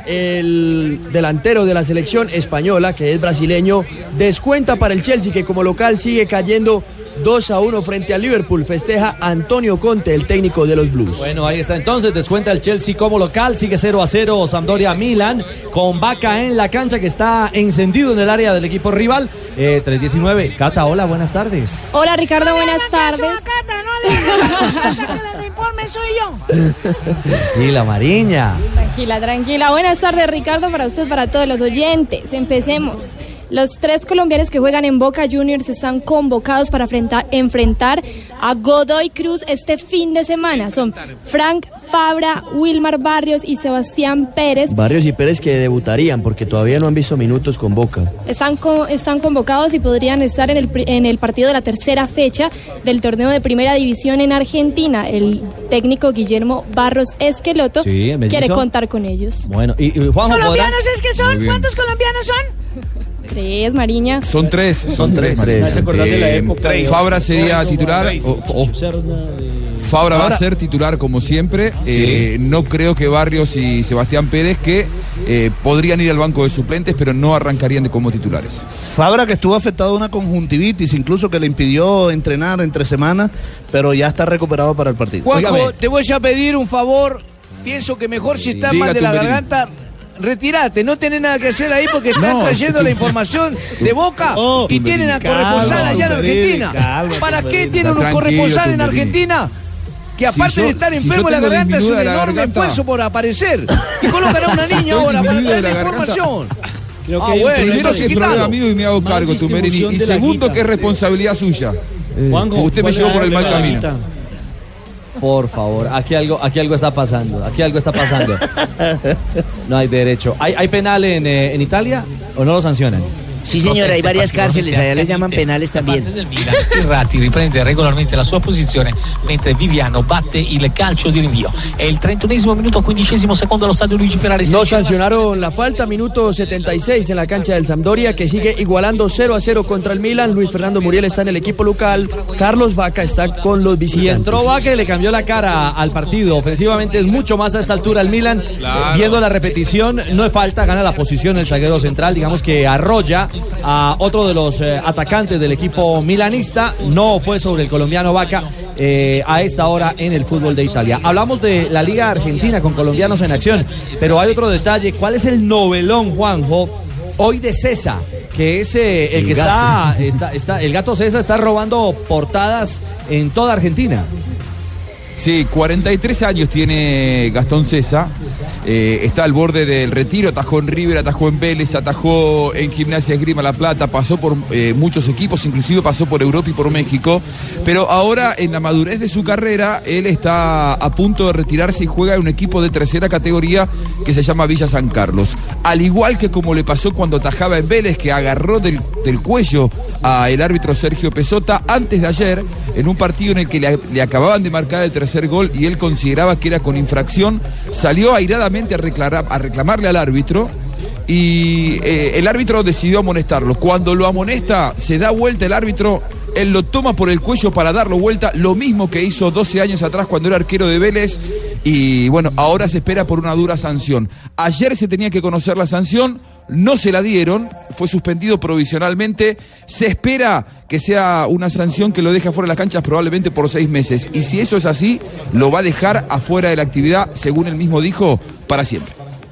el delantero de la selección española, que es brasileño, descuenta para el Chelsea, que como local sigue cayendo dos a uno frente al Liverpool. Festeja Antonio Conte, el técnico de los Blues. Bueno, ahí está entonces, descuenta el Chelsea como local, sigue cero a cero Sampdoria Milan, con Vaca en la cancha que está encendido en el área del equipo rival. Eh, tres diecinueve. Cata, hola, buenas tardes. Hola Ricardo, buenas tardes. El informe soy yo. Y la Mariña. Tranquila, tranquila. Buenas tardes Ricardo, para usted, para todos los oyentes. Empecemos. Los tres colombianos que juegan en Boca Juniors están convocados para enfrentar, enfrentar a Godoy Cruz este fin de semana. Son Frank Fabra, Wilmar Barrios y Sebastián Pérez. Barrios y Pérez que debutarían porque todavía no han visto minutos con Boca. Están, co están convocados y podrían estar en el, en el partido de la tercera fecha del torneo de Primera División en Argentina. El técnico Guillermo Barros Esqueloto sí, quiere contar con ellos. Bueno, y, y Juanjo, ¿colombianos ¿podrán? es que son? ¿Cuántos colombianos son? Tres, Mariña. Son tres, son, Son tres. tres. tres. Eh, tres. Fabra sería titular. O, o, Fabra va a ser titular como siempre. Eh, no creo que Barrios y Sebastián Pérez, que eh, podrían ir al banco de suplentes, pero no arrancarían de como titulares. Fabra, que estuvo afectado de una conjuntivitis, incluso que le impidió entrenar entre semanas, pero ya está recuperado para el partido. Juanjo, Óigame. te voy a pedir un favor. Pienso que mejor si estás Diga mal de tú, la Merín. garganta, retirate. No tenés nada que hacer ahí porque están No, trayendo tú- la información de Boca Oh, y tienen a corresponsal calma, allá en Merín, Argentina. calma, ¿Para qué Merín. tienen un Tranquilo, corresponsal en Merín. Argentina? Que Si aparte yo- de estar si enfermo yo de la tengo garganta es un disminuida la enorme garganta. esfuerzo por aparecer. Y colocan a una Si niña estoy ahora para disminuido de traer la la garganta. información. Creo que Ah, hay un bueno, problema Primero entonces que es de- quítalo. problema mío y me hago Mal cargo, tú, Merini. distribución Y de la segundo, guita. que es responsabilidad suya. Juanjo, Usted me ¿cuál llevó es por el la mal regla? camino. Por favor, aquí algo, aquí algo está pasando, aquí algo está pasando. No hay derecho. ¿Hay, hay penal en, eh, en Italia o no lo sancionan? Sí, señora, hay varias cárceles, allá les llaman penales también. Del Milan, Irrati riprende regolarmente la sua posizione mentre Viviano batte il calcio di rinvio. È il trentunesimo minuto, quindicesimo secondo allo stadio Luigi Ferrari. No sancionaron la falta, minuto setenta y seis en la cancha del Sampdoria, que sigue igualando cero a cero contra el Milan. Luis Fernando Muriel está en el equipo local, Carlos Vaca está con los visitantes. Y entró Vaca y le cambió la cara al partido. Ofensivamente es mucho más a esta altura el Milan. Claro. Viendo la repetición, no es falta, gana la posición el zaguero central. Digamos que arrolla a otro de los eh, atacantes del equipo milanista. No fue sobre el colombiano Vaca eh, a esta hora en el fútbol de Italia. Hablamos de la Liga Argentina con colombianos en acción, pero hay otro detalle. ¿Cuál es el novelón, Juanjo? Hoy de César, que es eh, el, El que gato. está, está, está, el gato César está robando portadas en toda Argentina. Sí, cuarenta y tres años tiene Gastón César. Eh, está al borde del retiro, atajó en River, atajó en Vélez, atajó en Gimnasia Esgrima La Plata, pasó por eh, muchos equipos, inclusive pasó por Europa y por México, pero ahora en la madurez de su carrera, él está a punto de retirarse y juega en un equipo de tercera categoría que se llama Villa San Carlos. Al igual que como le pasó cuando atajaba en Vélez, que agarró del, del cuello al árbitro Sergio Pesota antes de ayer, en un partido en el que le, le acababan de marcar el tercer gol y él consideraba que era con infracción, salió airadamente a, reclamar, a reclamarle al árbitro y eh, el árbitro decidió amonestarlo. Cuando lo amonesta, se da vuelta el árbitro, él lo toma por el cuello para darlo vuelta, lo mismo que hizo doce años atrás cuando era arquero de Vélez, y bueno, ahora se espera por una dura sanción. Ayer se tenía que conocer la sanción, no se la dieron, fue suspendido provisionalmente, se espera que sea una sanción que lo deje afuera de las canchas probablemente por seis meses, y si eso es así, lo va a dejar afuera de la actividad, según él mismo dijo, para siempre.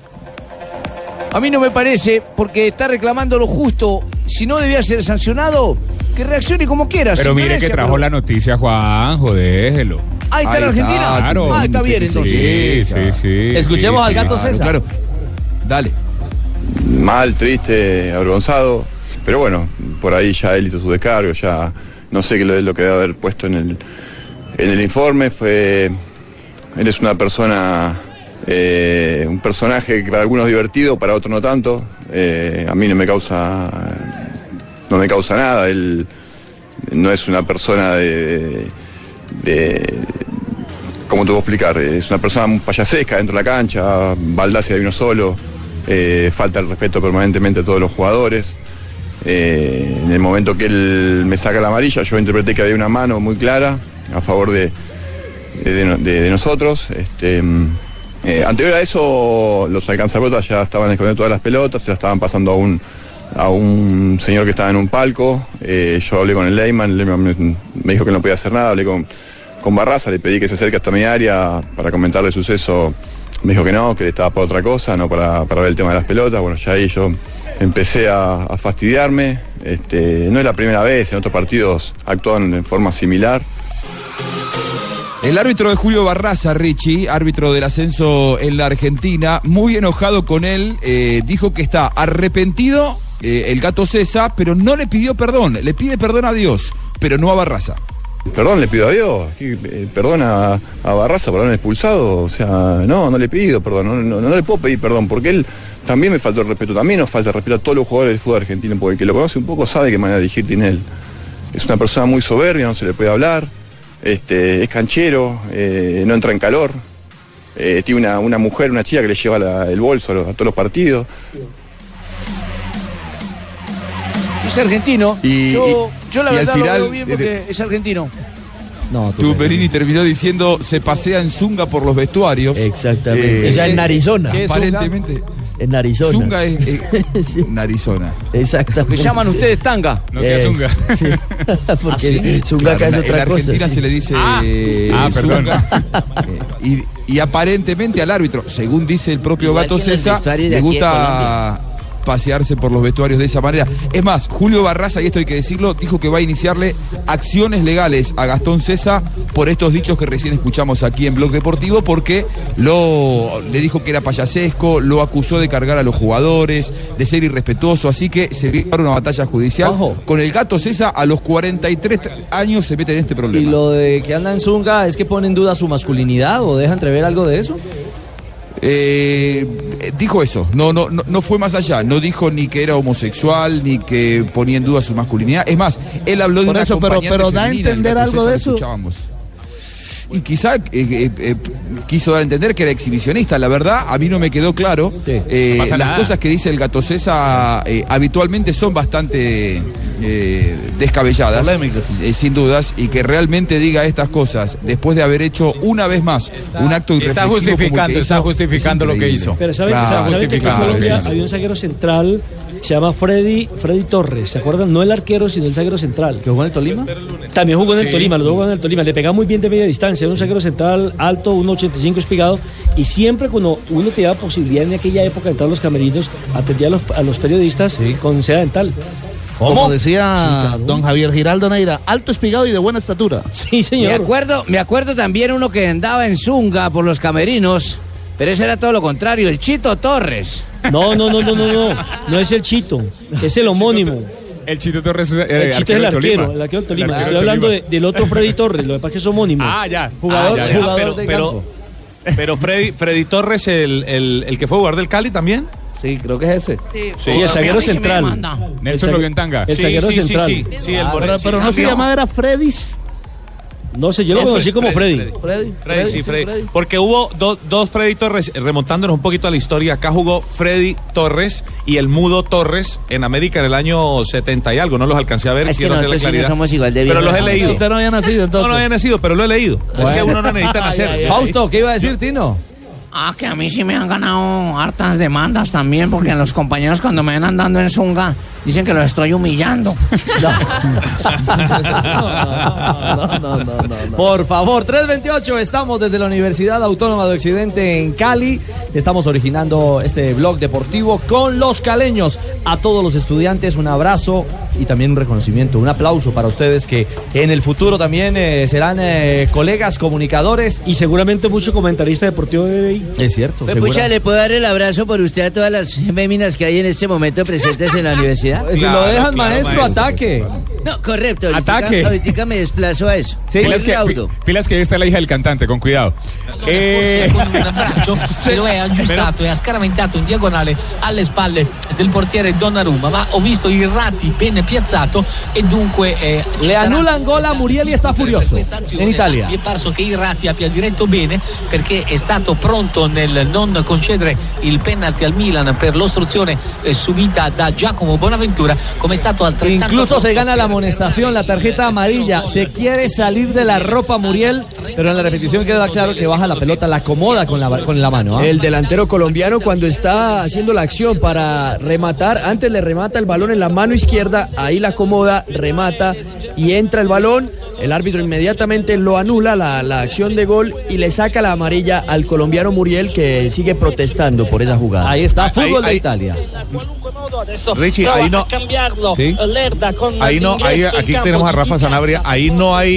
A mí no me parece, porque está reclamando lo justo. Si no debía ser sancionado, que reaccione como quiera. Pero sin mire que violencia, trajo pero- la noticia, Juanjo, déjelo. Ah, está en Ahí Argentina. está, Claro. Ah, está bien entonces. Sí, sí, sí. Escuchemos sí, al sí. gato Claro, César. claro. Dale. Mal, triste, avergonzado, pero bueno, por ahí ya él hizo su descargo, ya no sé qué es lo que debe haber puesto en el, en el informe. Fue, él es una persona, eh, un personaje que para algunos divertido, para otros no tanto. Eh, a mí no me causa, no me causa nada. Él no es una persona de, de ¿cómo te puedo explicar? Es una persona payasesca dentro de la cancha, Baldassi hay uno solo. Eh, falta el respeto permanentemente a todos los jugadores. Eh, en el momento que él me saca la amarilla, yo interpreté que había una mano muy clara a favor de, de, de- de nosotros. Este, eh, anterior a eso, los alcanzapelotas ya estaban escondiendo todas las pelotas, se las estaban pasando a un, a un señor que estaba en un palco. Eh, yo hablé con el Leyman, el Leyman me, me dijo que no podía hacer nada, hablé con, con Barraza, le pedí que se acerque hasta mi área para comentarle el suceso. Me dijo que no, que estaba para otra cosa, no para, para ver el tema de las pelotas. Bueno, ya ahí yo empecé a, a fastidiarme. Este, no es la primera vez, en otros partidos actúan en forma similar. El árbitro de Julio Barraza, Richie, árbitro del ascenso en la Argentina, muy enojado con él, eh, dijo que está arrepentido eh, el Gato César, pero no le pidió perdón, le pide perdón a Dios, pero no a Barraza. Perdón le pido a Dios, eh, perdón a, a Barraza por haberme expulsado, o sea, no, no le pido perdón, no, no, no le puedo pedir perdón, porque él también me faltó el respeto, también nos falta el respeto a todos los jugadores del fútbol argentino, porque el que lo conoce un poco sabe qué manera de dirigir tiene él. Es una persona muy soberbia, no se le puede hablar, este, es canchero, eh, no entra en calor, eh, tiene una, una mujer, una chica que le lleva la, el bolso a, los, a todos los partidos. Es argentino. Y, yo, y, yo la y verdad al final, lo veo bien porque eh, es argentino. No, Tumberini terminó diciendo se pasea en Zunga por los vestuarios. Exactamente. Eh, Ella en Arizona. ¿Qué es Aparentemente. Zunga? En Arizona. Zunga es eh, sí. en Arizona. Exactamente. ¿Me llaman ustedes tanga? No sea Zunga. Sí. Porque ¿Ah, sí? Zunga Claro, es otra en Argentina cosa, sí. se le dice Ah, eh, ah, perdón. y, y aparentemente al árbitro, según dice el propio Igual Gato que en el César, vestuario de le aquí de gusta pasearse por los vestuarios de esa manera. Es más, Julio Barraza, y esto hay que decirlo, dijo que va a iniciarle acciones legales a Gastón César por estos dichos que recién escuchamos aquí en Blog Deportivo, porque lo le dijo que era payasesco, lo acusó de cargar a los jugadores, de ser irrespetuoso, así que se viene una batalla judicial. Ojo. Con el Gato César a los cuarenta y tres años se mete en este problema. ¿Y lo de que anda en Zunga es que pone en duda su masculinidad o deja entrever algo de eso? Eh, dijo eso, no, no, no, no fue más allá, no dijo ni que era homosexual, ni que ponía en duda su masculinidad. Es más, él habló de Por una eso, pero, acompañante pero da a femenina, entender el Gato algo César de que eso. escuchábamos. Y quizá eh, eh, eh, quiso dar a entender que era exhibicionista. La verdad, a mí no me quedó claro. Eh, No pasa las nada. cosas que dice el Gato César eh, habitualmente son bastante eh, descabelladas, eh, sin dudas, y que realmente diga estas cosas después de haber hecho una vez más un acto Está irreflexivo como el que justificando, está hizo, justificando es lo que increíble. hizo. Pero ¿saben, Claro, ¿saben que aquí en justificado, Colombia sí. había un zaguero central, se llama Freddy, Freddy Torres, ¿se acuerdan? No el arquero, sino el zaguero central. ¿Que jugó en el Tolima? También jugó en el Sí. Tolima, los dos jugaron en el Tolima, le pegaba muy bien de media distancia, era un zaguero central alto, uno ochenta y cinco espigado, y siempre cuando uno tenía posibilidad en aquella época de entrar a los camerinos, atendía a los, a los periodistas con seda dental. Como decía don Javier Giraldo Neira, alto espigado y de buena estatura. Sí, Me acuerdo, me acuerdo también uno que andaba en Zunga por los camerinos, pero ese era todo lo contrario, el Chito Torres. No, no, no, no, no, no, no es el Chito, es el homónimo. El Chito Torres El era Chito es el del arquero, Tolima. el arquero del Tolima. El arquero Estoy del hablando Tolima. de- del otro Freddy Torres, lo que pasa es que es homónimo. Ah, ya. Jugador, Ah, ya, ya. jugador pero, de pero, campo. pero Freddy, Freddy Torres, el, el, el que fue jugador del Cali también. Sí, creo que es ese. Sí, el zaguero central. Nelson El zague- Loguentanga. El Sí, zaguero sí, sí, central. sí, sí, el Pero, pero no se llamaba, era Freddy's. No sé, yo lo No, conocí como Freddy. Freddy. Freddy, sí, Freddy. Porque hubo do- dos Freddy Torres, eh, remontándonos un poquito a la historia. Acá jugó Freddy Torres y el Mudo Torres en América en el año setenta y algo. No los alcancé a ver, Es que quiero hacer la nosotros sí no claridad. somos igual de Pero viejos. los he No, leído. Usted no había nacido entonces. No, no había nacido, pero lo he leído. Es que uno no necesita nacer. Fausto, ¿qué iba a decir, Tino? Ah, que a mí sí me han ganado hartas demandas también, porque los compañeros cuando me ven andando en Zunga dicen que los estoy humillando. No, no, no, no. Por favor, tres veintiocho, estamos desde la Universidad Autónoma de Occidente en Cali. Estamos originando este blog deportivo con los caleños. A todos los estudiantes, un abrazo y también un reconocimiento, un aplauso para ustedes que en el futuro también eh, serán eh, colegas, comunicadores. Y seguramente mucho comentarista deportivo de ahí. Es cierto. Pues pucha, ¿le puedo dar el abrazo por usted a todas las féminas que hay en este momento presentes en la universidad? Si lo dejan, maestro, ataque. No, correcto. Ahorita, Ataque. ahorita me desplazo a eso. Sí, Voy pilas que, raudo. pi- pilas que ahí está la hija del cantante, con cuidado. Eh, Con un abbraccio se lo è aggiustato e ha scaraventato in diagonale alle spalle del portiere Donnarumma, ma ho visto Irrati ben piazzato e dunque eh, ci Le sarà- anulan gol a Muriel y está furioso en Italia. Mi è parso che Irrati abbia diretto bene perché è stato pronto nel non concedere il penalty al Milan per l'ostruzione eh, subita da Giacomo Bonaventura, come è stato altrettanto Incluso se pronto gana la amonestación, la tarjeta amarilla. Se quiere salir de la ropa Muriel, pero en la repetición queda claro que baja la pelota, la acomoda con la, con la mano. ¿ah? El delantero colombiano cuando está haciendo la acción para rematar, antes le remata el balón en la mano izquierda, ahí la acomoda, remata y entra el balón. El árbitro inmediatamente lo anula la, la acción de gol y le saca la amarilla al colombiano Muriel, que sigue protestando por esa jugada. Ahí está, Ahí- fútbol de ahí- Italia. Richie, ahí no. cambiarlo Sí. Lerda con Ahí no, ahí, l'ingresso in aquí campo tenemos a di Rafa Di Sanabria. Casa. Ahí no hay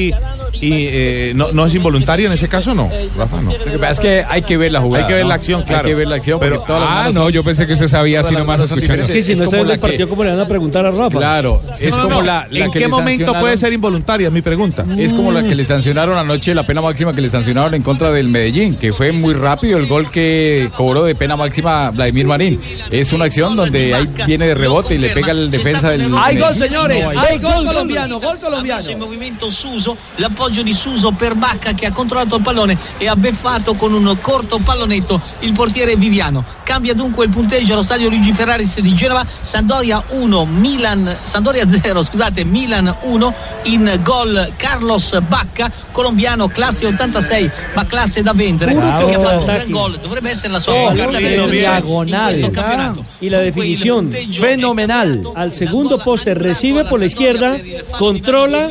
Y eh, no, no es involuntario en ese caso, no, Rafa, no. Lo que pasa es que hay que ver la jugada. Hay que ver ¿no? la acción, claro. Hay que ver la acción. Pero, porque todas las ah, manos no, son- yo pensé que usted sabía así todas las nomás manos son escuchando. diferentes. Es que si no Es sabe como el la que- partido, ¿cómo le van a preguntar a Rafa? Claro, es No, no, como no. la, la ¿En que qué le momento sancionaron- puede ser involuntaria? Es mi pregunta. Es como la que le sancionaron anoche, la pena máxima que le sancionaron en contra del Medellín, que fue muy rápido el gol que cobró de pena máxima Vladimir Marín. Es una acción donde ahí viene de rebote y le pega el defensa del Hay gol, Medellín. señores, No, hay gol colombiano, gol colombiano. Adesso in movimento Suso, l'appoggio di Suso per Bacca che ha controllato il pallone e ha beffato con un corto pallonetto il portiere Viviano. Cambia dunque il punteggio allo stadio Luigi Ferraris di Genova, Sampdoria uno, Milan, Sampdoria zero, scusate, Milan uno, in gol Carlos Bacca, colombiano, classe ottantasei, ma classe da vendere, Bravo. perché ha fatto un gran Attacchi. gol, dovrebbe essere la sua Oh, carta bien, in diagonal. questo campionato. Y la definición, fenomenal. Al segundo poste recibe por la izquierda, controla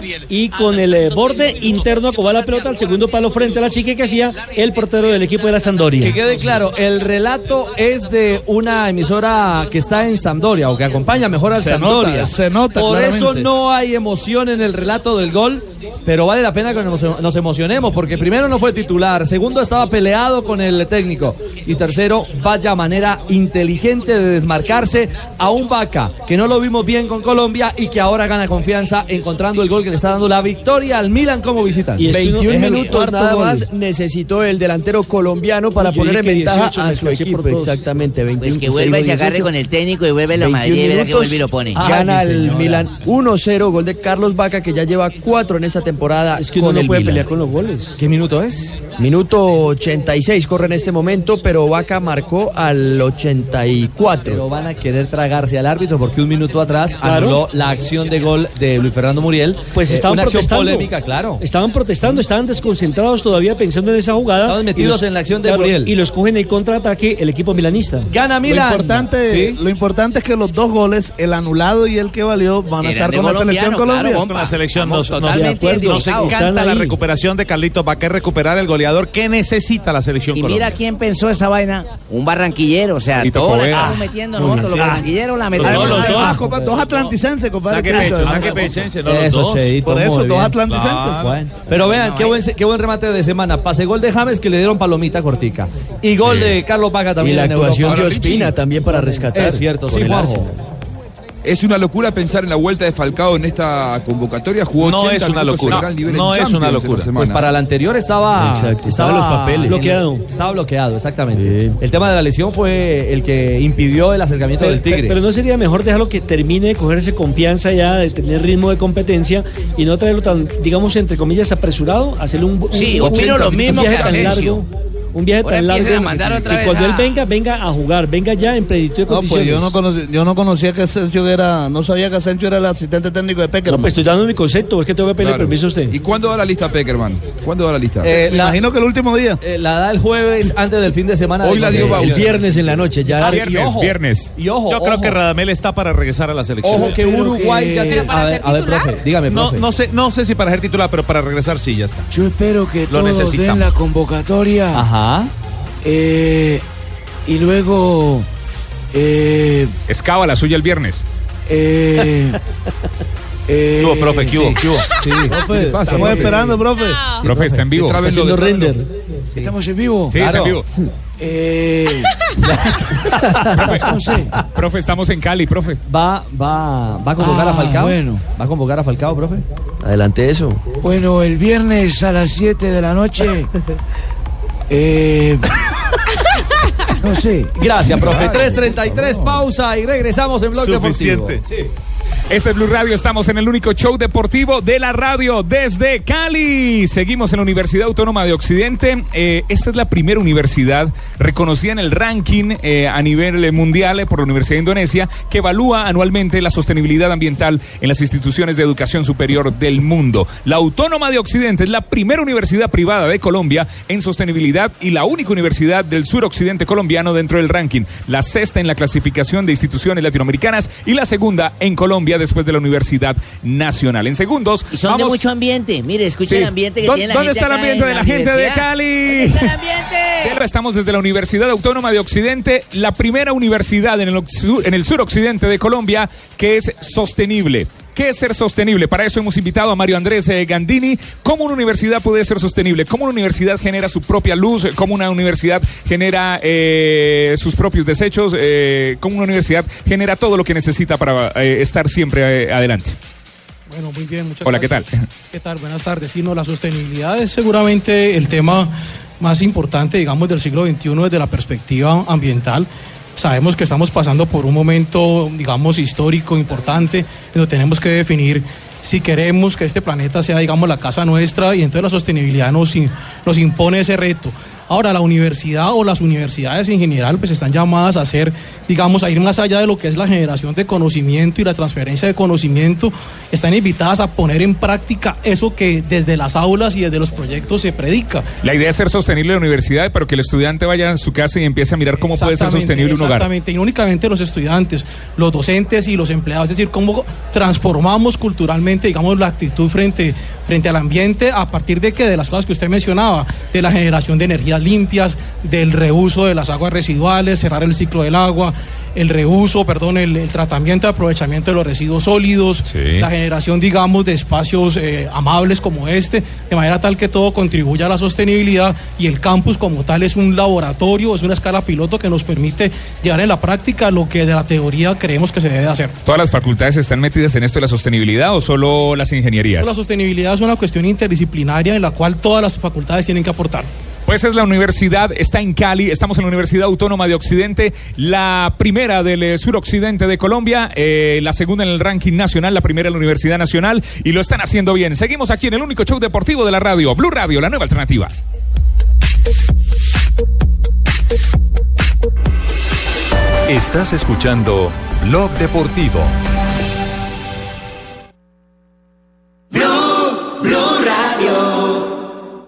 y con el eh, borde interno acoba la pelota al segundo palo frente a la chica que hacía el portero del equipo de la Sampdoria. Que quede claro, el relato es de una emisora que está en Sampdoria o que acompaña mejor al Se Sampdoria. nota, se nota Por eso claramente. no hay emoción en el relato del gol, pero vale la pena que nos, nos emocionemos porque primero no fue titular, segundo estaba peleado con el técnico y tercero, vaya manera inteligente de desmarcarse a un Vaca que no lo vimos bien con Colombia y que ahora gana confianza encontrando el gol que le está dando la victoria al Milan como visitante. veintiún minutos nada más necesitó el delantero colombiano para Yo poner en dije que ventaja dieciocho, a me su esclaché equipo. por dos. Exactamente, veintiuno. Pues que usted vuelva y dijo se agarre dieciocho. con el técnico y vuelve la Madrid veintiún y verá que minutos, vuelve y lo pone. Gana Ay, mi el señora. Milan uno cero, gol de Carlos Vaca que ya lleva cuatro en esa temporada Es que uno con no el puede Milan. pelear con los goles. ¿Qué minuto es? Minuto ochenta y seis corre en este momento, pero Vaca marcó al ochenta y cuatro. Pero van a querer tragarse al árbitro porque un minuto atrás Claro. anuló la acción de gol de Luis Fernando Muriel. Pues Eh, estaban una acción protestando. polémica, claro. Estaban protestando, estaban desconcentrados todavía pensando en esa jugada. Estaban metidos Y los- en la acción de claro, Muriel. Y los cogen en el contraataque el equipo milanista. Gana Lo Milan. importante, Sí. lo importante es que los dos goles, el anulado y el que valió, van a Eran estar de con la selección colombiano, Colombia. claro, Con la selección nos, nos, totalmente nos identificados. encanta Están la ahí. recuperación de Carlitos Vaca, es recuperar el goleador que necesita la selección Y Colombia. mira quién pensó esa vaina, un barranquillero, o sea, Y tocó todos la ver. estamos Ah, metiendo muy nosotros, bien, los sí. barranquilleros la Los metemos. dos, los dos. Ah, compa- dos atlanticenses, compadre. Saque ¿qué pecho, dicho? saque pecense, no los Eso, dos. Cheito, Por eso, muy dos bien. atlanticenses. Ah, Bueno, pero vean, qué buen, qué buen remate de semana. Pase gol de James que le dieron palomita cortica. Y gol Sí. de Carlos Vaca Y también la en actuación Europa. de Ospina también para rescatar. Es cierto, por sí, el Juanjo. Arsenal. Es una locura pensar en la vuelta de Falcao en esta convocatoria. Jugó No ochenta es una minutos locura. en gran nivel en No es una Champions esta locura. semana. Pues para la anterior estaba. Exacto, estaba en los papeles. Bloqueado. Estaba bloqueado, exactamente. El tema de la lesión fue el que impidió el acercamiento Pero, del Tigre. pero no sería mejor dejarlo que termine de cogerse confianza ya, de tener ritmo de competencia y no traerlo tan, digamos, entre comillas, apresurado, hacerle un, un- Sí, un- opino lo un mismo viaje que tan Asensio. largo. Un viaje Ahora tan largo empiecen a mandar otra y vez cuando a- él venga, venga a jugar, venga ya en plenitud de No, pues condiciones. yo no, conocí- yo no conocía que Asensio era, no sabía que Asensio era el asistente técnico de No, Peckerman. pues estoy dando mi concepto, es que tengo que pedirle Claro. permiso a usted. ¿Y cuándo da la lista Peckerman? ¿Cuándo da la lista? Eh, Me la, imagino que el último día. eh, la da el jueves antes del fin de semana. Hoy de la dio concentración. El Bausa. viernes en la noche, ya. Ah, y Viernes, ojo, viernes. Y ojo, Yo creo ojo. que Radamel está para regresar a la selección. Ojo que Pero Uruguay que- ya tiene. ¿Para A ver, ser a ver, titular? profe, dígame, No, profe. no sé, no sé si para ser titular, pero para regresar sí ya está. Yo espero que Lo todos necesitamos. den la convocatoria Ajá. eh, y luego eh, Escaba la suya el viernes. eh, eh, ¿Qué hubo, profe? ¿Qué hubo? ¿Qué hubo? Sí. Profe, le pasa, estamos profe? esperando, profe. Profe, está en vivo. Está Está haciendo Trábenlo, render. ¿Estamos en vivo? Sí, está en vivo. Eh, no sé. Profe, estamos en Cali, profe. Va, va, va a convocar Ah, a Falcao. bueno. Va a convocar a Falcao, profe. Adelante eso. Bueno, el viernes a las siete de la noche. Eh, no sé. Gracias, profe. tres treinta y tres, pausa y regresamos en Blog Suficiente. Deportivo. Este es Blue Radio, estamos en el único show deportivo de la radio desde Cali. Seguimos en la Universidad Autónoma de Occidente. Eh, esta es la primera universidad reconocida en el ranking eh, a nivel eh, mundial eh, por la Universidad de Indonesia que evalúa anualmente la sostenibilidad ambiental en las instituciones de educación superior del mundo. La Autónoma de Occidente es la primera universidad privada de Colombia en sostenibilidad y la única universidad del suroccidente colombiano dentro del ranking. La sexta en la clasificación de instituciones latinoamericanas y la segunda en Colombia después de la Universidad Nacional. En segundos, Y son de vamos- mucho ambiente. Mire, escucha Sí. el ambiente que ¿Dó- tiene la ¿Dónde gente está el acá ambiente en de la la gente de universidad? Cali? ¿Dónde está el ambiente? Pero estamos desde la Universidad Autónoma de Occidente, la primera universidad en el, ox- en el suroccidente de Colombia que es sostenible. ¿Qué es ser sostenible? Para eso hemos invitado a Mario Andrés eh, Gandini. ¿Cómo una universidad puede ser sostenible? ¿Cómo una universidad genera su propia luz? ¿Cómo una universidad genera eh, sus propios desechos? Eh, ¿Cómo una universidad genera todo lo que necesita para eh, estar siempre eh, adelante? Bueno, muy bien, muchas Hola, gracias. ¿qué tal? ¿Qué tal? Buenas tardes. Sí, no, la sostenibilidad es seguramente el tema más importante, digamos, del siglo veintiuno desde la perspectiva ambiental. Sabemos que estamos pasando por un momento, digamos, histórico, importante, donde tenemos que definir si queremos que este planeta sea, digamos, la casa nuestra, y entonces la sostenibilidad nos, nos impone ese reto. Ahora, la universidad o las universidades en general pues están llamadas a hacer, digamos, a ir más allá de lo que es la generación de conocimiento y la transferencia de conocimiento. Están invitadas a poner en práctica eso que desde las aulas y desde los proyectos se predica. La idea es ser sostenible en la universidad, pero que el estudiante vaya a su casa y empiece a mirar cómo puede ser sostenible un hogar. Exactamente, y no únicamente los estudiantes, los docentes y los empleados, es decir, cómo transformamos culturalmente, digamos, la actitud frente, frente al ambiente a partir de que de las cosas que usted mencionaba, de la generación de energía limpias, del reuso de las aguas residuales, cerrar el ciclo del agua, el reuso, perdón, el, el tratamiento y aprovechamiento de los residuos sólidos, sí. La generación, digamos, de espacios eh, amables como este, de manera tal que todo contribuya a la sostenibilidad, y el campus como tal es un laboratorio, es una escala piloto que nos permite llevar en la práctica lo que de la teoría creemos que se debe hacer. ¿Todas las facultades están metidas en esto de la sostenibilidad o solo las ingenierías? La sostenibilidad es una cuestión interdisciplinaria en la cual todas las facultades tienen que aportar. Pues es la universidad, está en Cali, estamos en la Universidad Autónoma de Occidente, la primera del eh, suroccidente de Colombia, eh, la segunda en el ranking nacional, la primera en la Universidad Nacional, y lo están haciendo bien. Seguimos aquí en el único show deportivo de la radio, Blue Radio, la nueva alternativa. Estás escuchando Blog Deportivo. Blue, Blue Radio.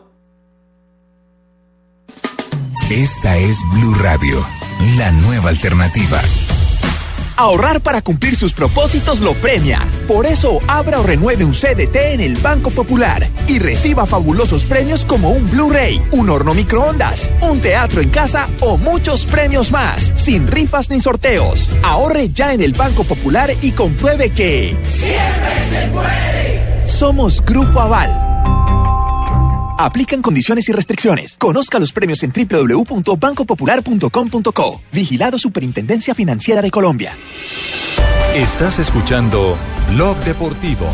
Esta es Blue Radio, la nueva alternativa. Ahorrar para cumplir sus propósitos lo premia. Por eso, abra o renueve un C D T en el Banco Popular y reciba fabulosos premios como un Blu-ray, un horno microondas, un teatro en casa o muchos premios más, sin rifas ni sorteos. Ahorre ya en el Banco Popular y compruebe que ¡siempre se puede! Somos Grupo Aval. Aplican condiciones y restricciones. Conozca los premios en doble u doble u doble u punto banco popular punto com punto co. Vigilado Superintendencia Financiera de Colombia. Estás escuchando Blog Deportivo.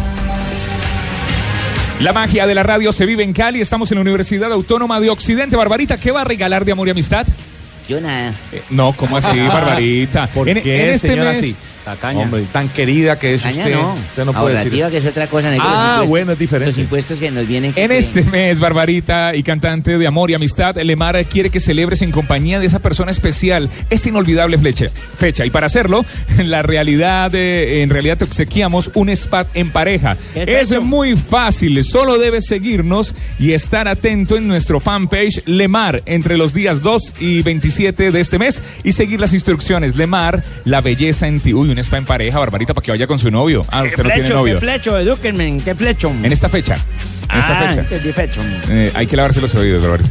La magia de la radio se vive en Cali. Estamos en la Universidad Autónoma de Occidente. Barbarita, ¿qué va a regalar de amor y amistad? Yo nada. Eh, no, ¿cómo así, Barbarita? ¿Por en, qué, en este señora, mes... así? Tacaña. Hombre, tan querida que es Tacaña usted. No. Usted no puede decir eso. Que es otra cosa. Ah, bueno, es diferente. Los impuestos que nos vienen. En este mes, Barbarita y cantante de amor y amistad, Lemar quiere que celebres en compañía de esa persona especial esta inolvidable flecha, fecha. Y para hacerlo, en la realidad, eh, en realidad te obsequiamos un spa en pareja. Es muy fácil, solo debes seguirnos y estar atento en nuestro fanpage Lemar entre los días dos y veintisiete de este mes y seguir las instrucciones. Lemar, la belleza en ti. Uy, un spa en pareja, Barbarita, para que vaya con su novio. Ah, usted no tiene novio. ¿Qué flecho? Edúquenme, ¿qué flecho? En esta fecha. En esta ah, fecha. entendí, fecho. Eh, hay que lavarse los oídos, Barbarita.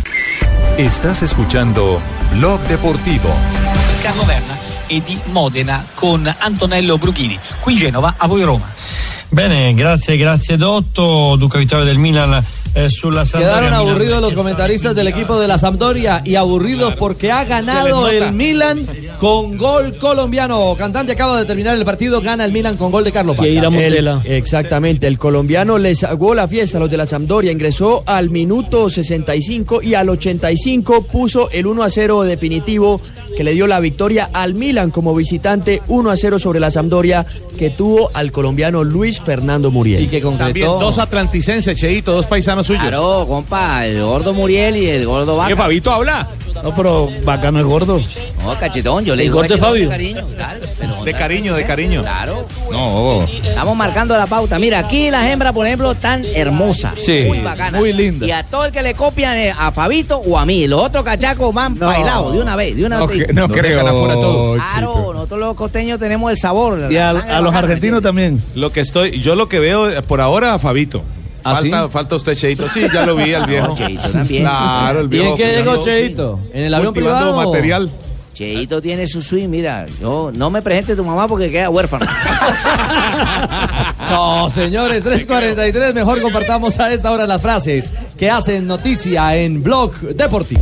Estás escuchando Blog Deportivo. Carlo Verna e di Modena con Antonello Brughini. Qui Genova, a voi Roma. Bene, grazie, grazie Dotto. Duca vittoria del Milan. Quedaron aburridos los comentaristas del equipo de la Sampdoria y aburridos porque ha ganado el Milan con gol colombiano. Cantante acaba de terminar el partido, gana el Milan con gol de Carlos Vaca. El, exactamente, el colombiano les sacó la fiesta a los de la Sampdoria, ingresó al minuto sesenta y cinco y al ochenta y cinco puso el uno a cero definitivo que le dio la victoria al Milan como visitante, uno a cero sobre la Sampdoria, que tuvo al colombiano Luis Fernando Muriel. Y que concretó... También dos atlanticenses, Cheito, dos paisanos suyos. Claro, compa, el gordo Muriel y el gordo Vaca. ¿Qué, Fabito habla? No, pero Vaca no es gordo. No, cachetón, yo le ¿El digo gordo cachetón Fabio? de cariño. Claro, pero de cariño, de cariño. Claro. No. Estamos marcando la pauta. Mira, aquí las hembras, por ejemplo, tan hermosas. Sí. Muy bacanas. Muy linda. Y a todo el que le copian eh, a Fabito o a mí. Los otros cachacos van No. bailados de una vez, de una No, vez. que- no creo. Claro, nosotros los costeños tenemos el sabor. Y la a, sangre a los bacana, argentinos también. Lo que estoy, yo lo que veo eh, por ahora a Fabito. ¿Ah, falta, sí? falta usted, Cheito. Sí, ya lo vi al viejo. No, Cheito también. Claro, el ¿Y viejo. en qué llegó cultivando- Cheito? ¿En el avión cultivando privado? material. Cheito tiene su swing, mira, yo no me presente tu mamá porque queda huérfano. No, señores, tres cuarenta y tres, mejor compartamos a esta hora las frases que hacen noticia en Blog Deportivo.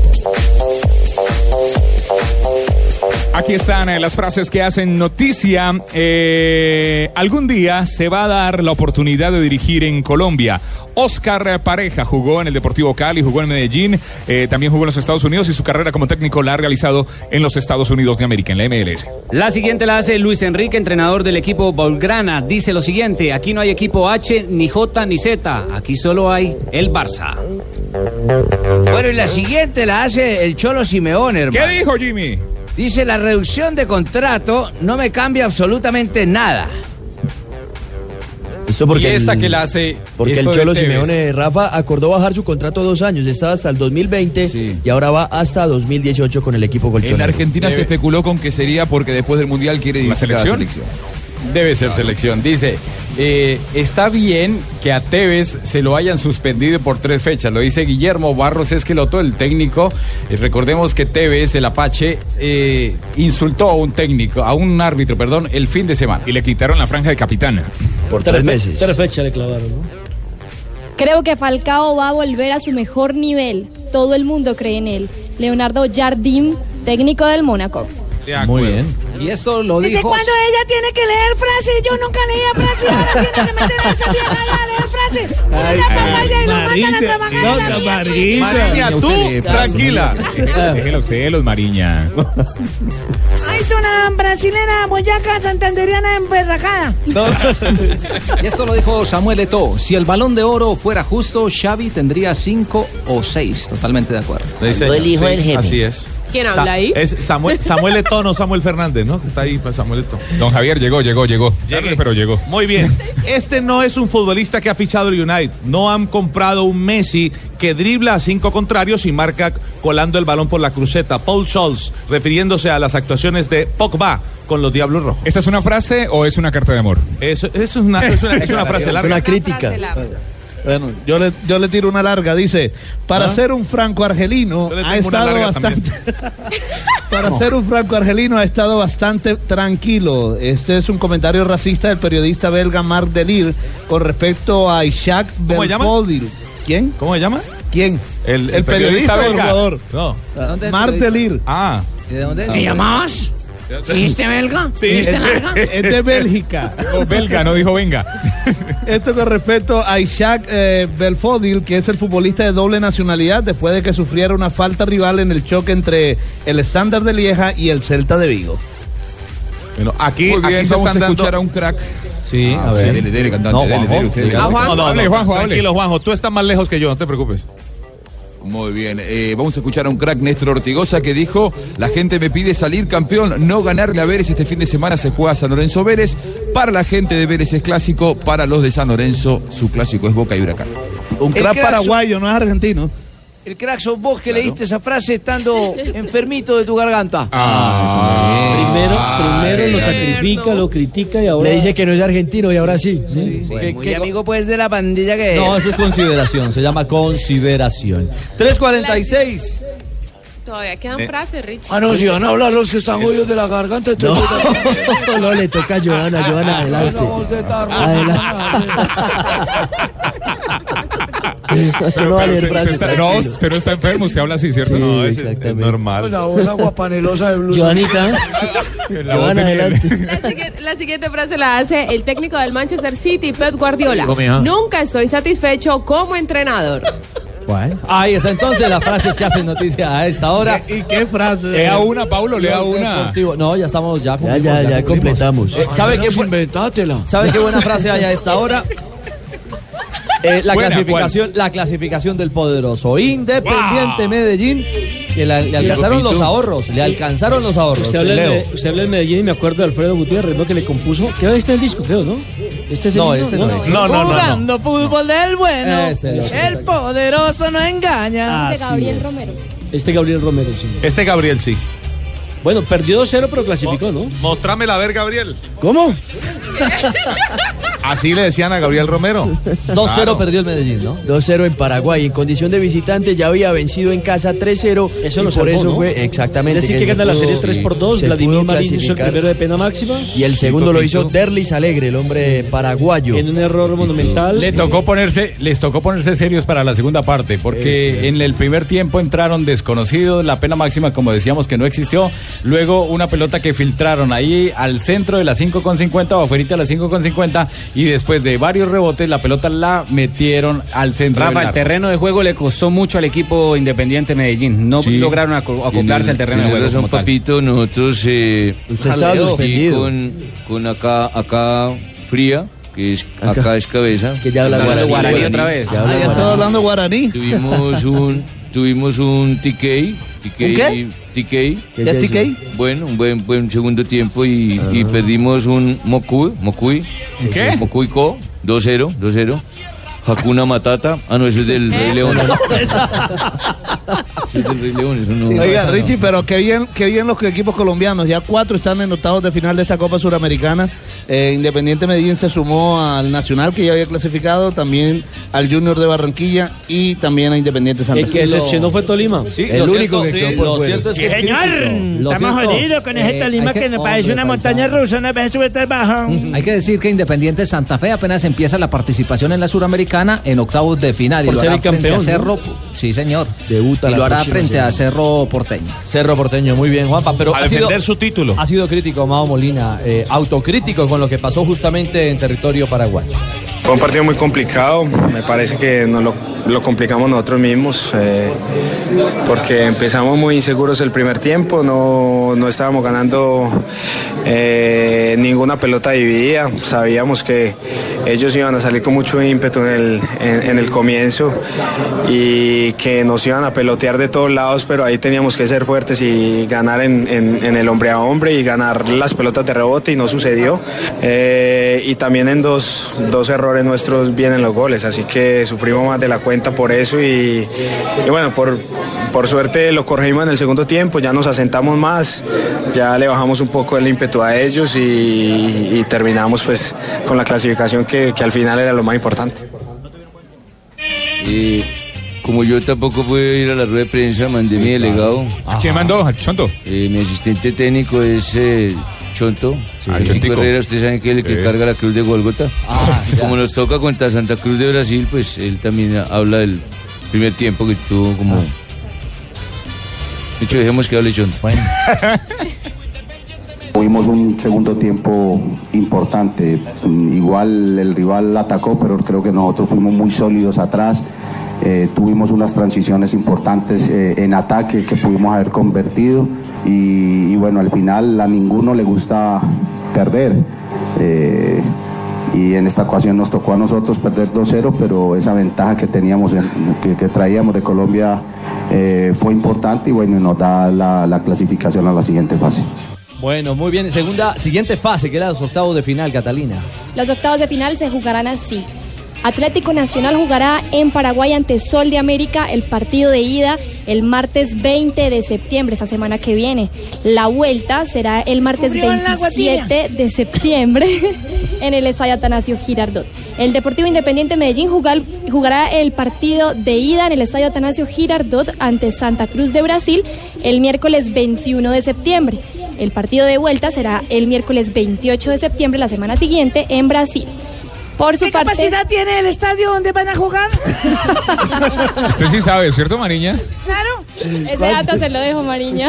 Aquí están eh, las frases que hacen noticia. Eh, algún día se va a dar la oportunidad de dirigir en Colombia. Oscar Pareja jugó en el Deportivo Cali, jugó en Medellín, eh, también jugó en los Estados Unidos y su carrera como técnico la ha realizado en los Estados Unidos de América, en la M L S. La siguiente la hace Luis Enrique, entrenador del equipo Blaugrana. Dice lo siguiente: aquí no hay equipo H, ni J, ni Z. Aquí solo hay el Barça. Bueno, y la siguiente la hace el Cholo Simeone, hermano. ¿Qué dijo Jimmy? Dice, la reducción de contrato no me cambia absolutamente nada. Esto porque y esta el, que la hace... Porque el Cholo Simeone, Rafa, acordó bajar su contrato dos años. Estaba hasta el dos mil veinte sí. y ahora va hasta dos mil dieciocho con el equipo colchonero. En Argentina Debe. se especuló con que sería porque después del Mundial quiere dirigir la selección. Debe ser claro. selección. Dice, eh, está bien que a Tevez se lo hayan suspendido por tres fechas. Lo dice Guillermo Barros Esqueloto, el técnico. Eh, recordemos que Tevez, el Apache, eh, insultó a un técnico, a un árbitro, perdón, el fin de semana. Y le quitaron la franja de capitán. Por tres, tres meses. Tres fechas le clavaron, ¿no? Creo que Falcao va a volver a su mejor nivel. Todo el mundo cree en él. Leonardo Jardim, técnico del Mónaco. Muy bien. Y esto lo dijo... ¿Desde cuándo ella tiene que leer frases? Yo nunca leía frases, ahora tiene que meter a esa vieja a leer frases. Ay, ya papaya y lo mandan a trabajar no, Mariña, Mariña, tú, tranquila. Déjelo celos, Mariña. Ay, es una brasilera, boyaca, santanderiana emberrajada. No. Y esto lo dijo Samuel Eto'o. Si el Balón de Oro fuera justo, Xavi tendría cinco o seis. Totalmente de acuerdo. El hijo del jefe. Así es. ¿Quién habla ahí? Es Samuel, Samuel Eto'o, no Samuel Fernández, ¿no? Está ahí pues, Samuel Eto'o. Don Javier llegó, llegó, llegó. Tarde, pero llegó. Muy bien. Este no es un futbolista que ha fichado el United. No han comprado un Messi que dribla a cinco contrarios y marca colando el balón por la cruceta. Paul Scholes, refiriéndose a las actuaciones de Pogba con los Diablos Rojos. ¿Esa es una frase o es una carta de amor? Eso, eso es, una, es, una, es una frase larga. Una crítica. Bueno, yo le, yo le tiro una larga. Dice, para ¿Ah? ser un franco-argelino ha estado bastante... para no. ser un franco-argelino ha estado bastante tranquilo. Este es un comentario racista del periodista belga Marc Delir con respecto a Isaac Belfodil. ¿Quién? ¿Cómo se llama? ¿Quién? El, el, el periodista, periodista belga. Jugador. No. Marc Delir. Ah. ¿De dónde? ¿Te llamabas? ¿Dijiste belga? Sí. ¿Dijiste larga? Es de Bélgica. No, belga, no dijo venga. Esto con respecto a Isaac eh, Belfodil, que es el futbolista de doble nacionalidad, después de que sufriera una falta rival en el choque entre el Standard de Lieja y el Celta de Vigo. Bueno, aquí, Muy bien, aquí se vamos están a escuchar dando... a un crack. Sí, ah, a ver. Sí, dele, dele, cantante, no, dele, Juanjo, dele, usted, dele. Ah, Juanjo, no, no, hable, Juanjo, hable. Tranquilo, Juanjo, tú estás más lejos que yo, no te preocupes. Muy bien, eh, vamos a escuchar a un crack, Néstor Ortigosa, que dijo: la gente me pide salir campeón, no ganarle a Vélez. Este fin de semana se juega San Lorenzo Vélez. Para la gente de Vélez es clásico, para los de San Lorenzo su clásico es Boca y Huracán. Un crack, crack paraguayo, no es argentino. El crack sos vos que claro. leíste esa frase estando enfermito de tu garganta. Ah, primero primero ah, lo sacrifica, lo critica y ahora... Le dice que no es argentino y ahora sí. sí, sí. Bueno, muy amigo pues de la pandilla que... No, eso es consideración, se llama consideración. tres cuarenta y seis. Todavía quedan eh. frases, Richie. Ah, no, si van a hablar los que están jodidos de la garganta. No, no, no, le toca a Joana, Joana, adelante. Adelante. No, vale usted, usted, está, no, usted no está enfermo, usted habla así, ¿cierto? Sí, no, es, es normal. La voz aguapanelosa de blues. Joanita. Joana, adelante. La siguiente, la siguiente frase la hace el técnico del Manchester City, Pep Guardiola. Nunca estoy satisfecho como entrenador. Bueno, ahí está entonces las frases que hacen noticia a esta hora. ¿Y qué frase? Lea una, Paulo, lea una. No, ya estamos, ya Ya, ya, ya, ya completamos. Eh, ¿Sabe qué fue? ¿Sabe qué buena frase hay a esta hora? Eh, la Buena, clasificación, ¿cuál? la clasificación del poderoso Independiente wow. Medellín, que la, le alcanzaron Repito. los ahorros, le alcanzaron los ahorros. Usted habla, de, usted habla de Medellín y me acuerdo de Alfredo Gutiérrez, ¿no? Que le compuso. ¿Qué este es el disco, creo, no? Este es el no, disco, este no, no es. No, no, no. Jugando no. fútbol del bueno, Ese, ese, el poderoso no engaña. Ah, de Gabriel sí. Romero. Este Gabriel Romero, sí. Este Gabriel, sí. Bueno, perdió dos cero, pero clasificó, ¿no? Mostrámela a ver, Gabriel. ¿Cómo? Así le decían a Gabriel Romero. dos cero Claro. perdió el Medellín, ¿no? dos cero en Paraguay. En condición de visitante ya había vencido en casa tres cero. Eso y lo por salvó, eso ¿no? fue exactamente. Decir que se gana la pudo- serie tres por dos. se Vladimir pudo Marín hizo el clasificar. primero de pena máxima. Y el segundo lo hizo Derlis Alegre, el hombre paraguayo. En un error monumental. Le tocó ponerse, les tocó ponerse serios para la segunda parte, porque en el primer tiempo entraron desconocidos, la pena máxima, como decíamos, que no existió. Luego una pelota que filtraron ahí al centro de la cinco con cincuenta o afuera de la cinco con cincuenta, y después de varios rebotes la pelota la metieron al centro. Rafa, del el arco. terreno de juego le costó mucho al equipo Independiente Medellín. No Sí. lograron aco- acoplarse al terreno de Tiene juego. razón, como tal. papito, nosotros eh, Usted estaba y suspendido. con, con acá, acá fría, que es acá, Acá. es cabeza. que ya habla Está hablando guaraní, guaraní otra vez. Ya habla Ah, ya guaraní. estaba hablando guaraní. Tuvimos un, tuvimos un T K, T K, ¿Un qué? T K. ¿Qué ¿Ya es T K? eso? Bueno, un buen, buen segundo tiempo y, y perdimos un Mocuy, Mocuy. ¿Qué? Mocuy Co, dos cero, dos cero. Hakuna Matata. Ah, no, ese es del Rey León. Ese es del Rey León, eso no. Oiga, Richie, pero qué bien, qué bien los equipos colombianos. Ya cuatro están en octavos de final de esta Copa Suramericana. Eh, Independiente Medellín se sumó al Nacional, que ya había clasificado, también al Junior de Barranquilla y también a Independiente Santa El Fe. que decepcionó fue Tolima. El único que quedó por Lo fuera. cierto es que es Señor, crítico. Lo estamos cierto- jodidos con ese Eh, Tolima hay que- que nos parece hombre, una montaña paisano. rusa, una vez sube tal baja. Hay que decir que Independiente Santa Fe apenas empieza la participación en la Suramericana en octavos de final y Por lo ser hará el frente a campeón, Cerro, sí señor, Debuta y la lo hará próxima frente a semana. Cerro Porteño. Cerro Porteño, muy bien, Juanpa, pero A ha sido, defender su título. ha sido crítico Mao Molina, eh, autocrítico con lo que pasó justamente en territorio paraguayo. Fue un partido muy complicado, me parece que nos lo, lo complicamos nosotros mismos, eh, porque empezamos muy inseguros el primer tiempo, no, no estábamos ganando eh, ninguna pelota dividida, sabíamos que ellos iban a salir con mucho ímpetu en el, en, en el comienzo y que nos iban a pelotear de todos lados, pero ahí teníamos que ser fuertes y ganar en, en, en el hombre a hombre y ganar las pelotas de rebote y no sucedió. Eh, y también en dos, dos errores nuestros vienen los goles, así que sufrimos más de la cuenta por eso y, y bueno, por, por suerte lo corregimos en el segundo tiempo, ya nos asentamos más, ya le bajamos un poco el ímpetu a ellos y, y terminamos pues con la clasificación que, que al final era lo más importante. Eh, como yo tampoco pude ir a la rueda de prensa, mandé mi delegado. ¿Quién mandó? Chonto. Eh, mi asistente técnico es eh, Chonto. Ah, El Tico Chontico. Herrera, ustedes saben que es el que Sí. carga la cruz de Golgota. Como nos toca contra Santa Cruz de Brasil, pues él también habla del primer tiempo que tuvo como... De hecho, dejemos que hable Chonto. Tuvimos un segundo tiempo importante. Mm, Igual el rival atacó, pero creo que nosotros fuimos muy sólidos atrás. Eh, tuvimos unas transiciones importantes eh, en ataque que pudimos haber convertido. Y, y bueno, al final a ninguno le gusta perder. Eh, y en esta ocasión nos tocó a nosotros perder dos cero, pero esa ventaja que teníamos, en- que, que traíamos de Colombia eh, fue importante y bueno, nos da la, la clasificación a la siguiente fase. Bueno, muy bien. Segunda, siguiente fase, que era los octavos de final, Catalina. Los octavos de final se jugarán así. Atlético Nacional jugará en Paraguay ante Sol de América el partido de ida el martes veinte de septiembre, esta semana que viene. La vuelta será el martes Descubrió el agua veintisiete de septiembre en el Estadio Atanasio Girardot. El Deportivo Independiente Medellín jugar- jugará el partido de ida en el Estadio Atanasio Girardot ante Santa Cruz de Brasil el miércoles veintiuno de septiembre. El partido de vuelta será el miércoles veintiocho de septiembre, la semana siguiente, en Brasil. Por su ¿Qué parte, capacidad tiene el estadio donde van a jugar? Usted sí sabe, ¿cierto, Mariña? Claro. ese dato se lo dejo, Mariña.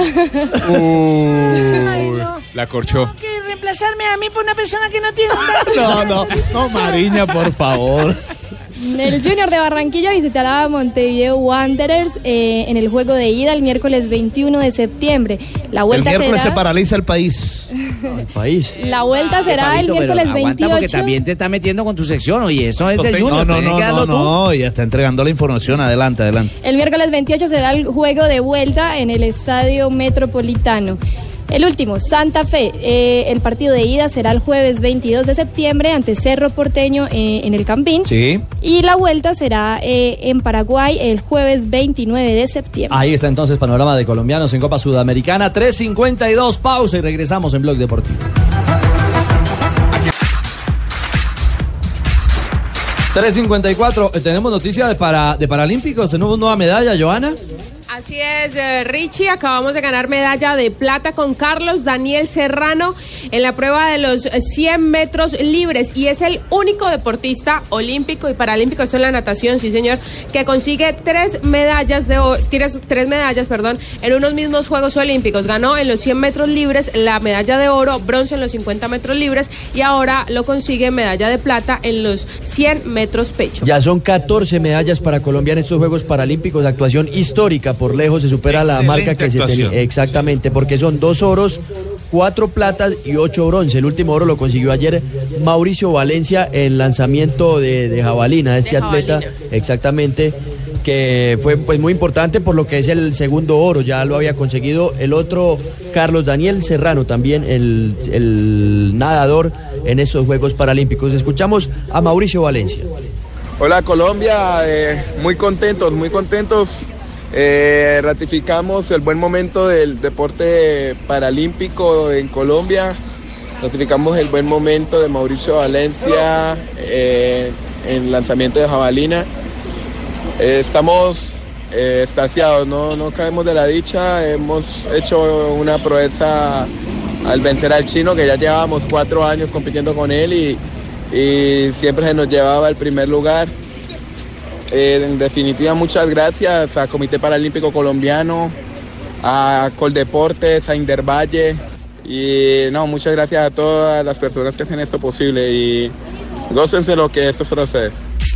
Uy, la corchó. Que reemplazarme a mí por una persona que no tiene un dato. No, no, no, Mariña, por favor. El Junior de Barranquilla visitará a Montevideo Wanderers eh, en el juego de ida el miércoles veintiuno de septiembre. La El vuelta miércoles se será... paraliza el país. El país. La vuelta será el Fabito, pero miércoles aguanta porque veintiocho. también te está metiendo con tu sección, oye, eso es de Junior, No, no, tenés no, que darlo no, tú. no, ya está entregando la información. Adelante, adelante. El miércoles veintiocho será el juego de vuelta en el Estadio Metropolitano. El último, Santa Fe. Eh, el partido de ida será el jueves veintidós de septiembre ante Cerro Porteño eh, en el Campín. Sí. Y la vuelta será eh, en Paraguay el jueves veintinueve de septiembre. Ahí está entonces panorama de colombianos en Copa Sudamericana. tres cincuenta y dos, pausa y regresamos en Blog Deportivo. tres cincuenta y cuatro, tenemos noticia de, para, de Paralímpicos, tenemos nueva medalla, Joana. Así es, eh, Richie, acabamos de ganar medalla de plata con Carlos Daniel Serrano en la prueba de los cien metros libres y es el único deportista olímpico y paralímpico, esto es la natación, sí señor, que consigue tres medallas de oro, tres, tres medallas, perdón, en unos mismos Juegos Olímpicos. Ganó en los cien metros libres la medalla de oro, bronce en los cincuenta metros libres y ahora lo consigue medalla de plata en los cien metros pecho. Ya son catorce medallas para Colombia en estos Juegos Paralímpicos, actuación histórica. Por lejos se supera la marca que se tenía. Exactamente, porque son dos oros, cuatro platas y ocho bronce. El último oro lo consiguió ayer Mauricio Valencia en lanzamiento de, de jabalina. Este de atleta, jabalina. Exactamente, que fue pues muy importante por lo que es el segundo oro. Ya lo había conseguido el otro Carlos Daniel Serrano, también el, el nadador en estos Juegos Paralímpicos. Escuchamos a Mauricio Valencia. Hola Colombia, eh, muy contentos, muy contentos. Eh, ratificamos el buen momento del deporte paralímpico en Colombia, ratificamos el buen momento de Mauricio Valencia eh, en lanzamiento de jabalina. Eh, estamos eh, extasiados, no, no caemos de la dicha, hemos hecho una proeza al vencer al chino, que ya llevábamos cuatro años compitiendo con él y, y siempre se nos llevaba el primer lugar. Eh, en definitiva, muchas gracias a Comité Paralímpico Colombiano, a Coldeportes, a Indervalle y no, muchas gracias a todas las personas que hacen esto posible y gócense lo que esto es para ustedes.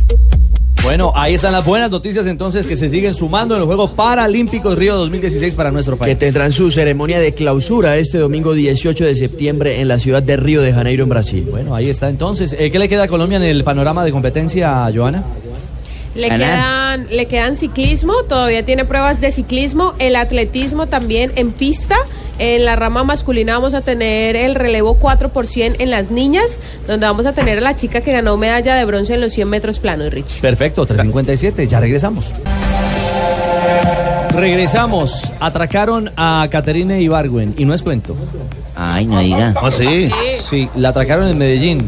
Bueno, ahí están las buenas noticias entonces que se siguen sumando en los Juegos Paralímpicos Río dos mil dieciséis para nuestro país. Que tendrán su ceremonia de clausura este domingo dieciocho de septiembre en la ciudad de Río de Janeiro, en Brasil. Bueno, ahí está entonces. Eh, ¿Qué le queda a Colombia en el panorama de competencia, Joana? Le quedan, le quedan ciclismo, todavía tiene pruebas de ciclismo, el atletismo también en pista. En la rama masculina vamos a tener el relevo cuatro por cien en las niñas, donde vamos a tener a la chica que ganó medalla de bronce en los cien metros planos, Richie. Perfecto, tres cincuenta y siete, ya regresamos. Regresamos, atracaron a Caterine Ibargüen y no es cuento. Ay, no diga. ¿Ah, sí? Sí, la atracaron en Medellín.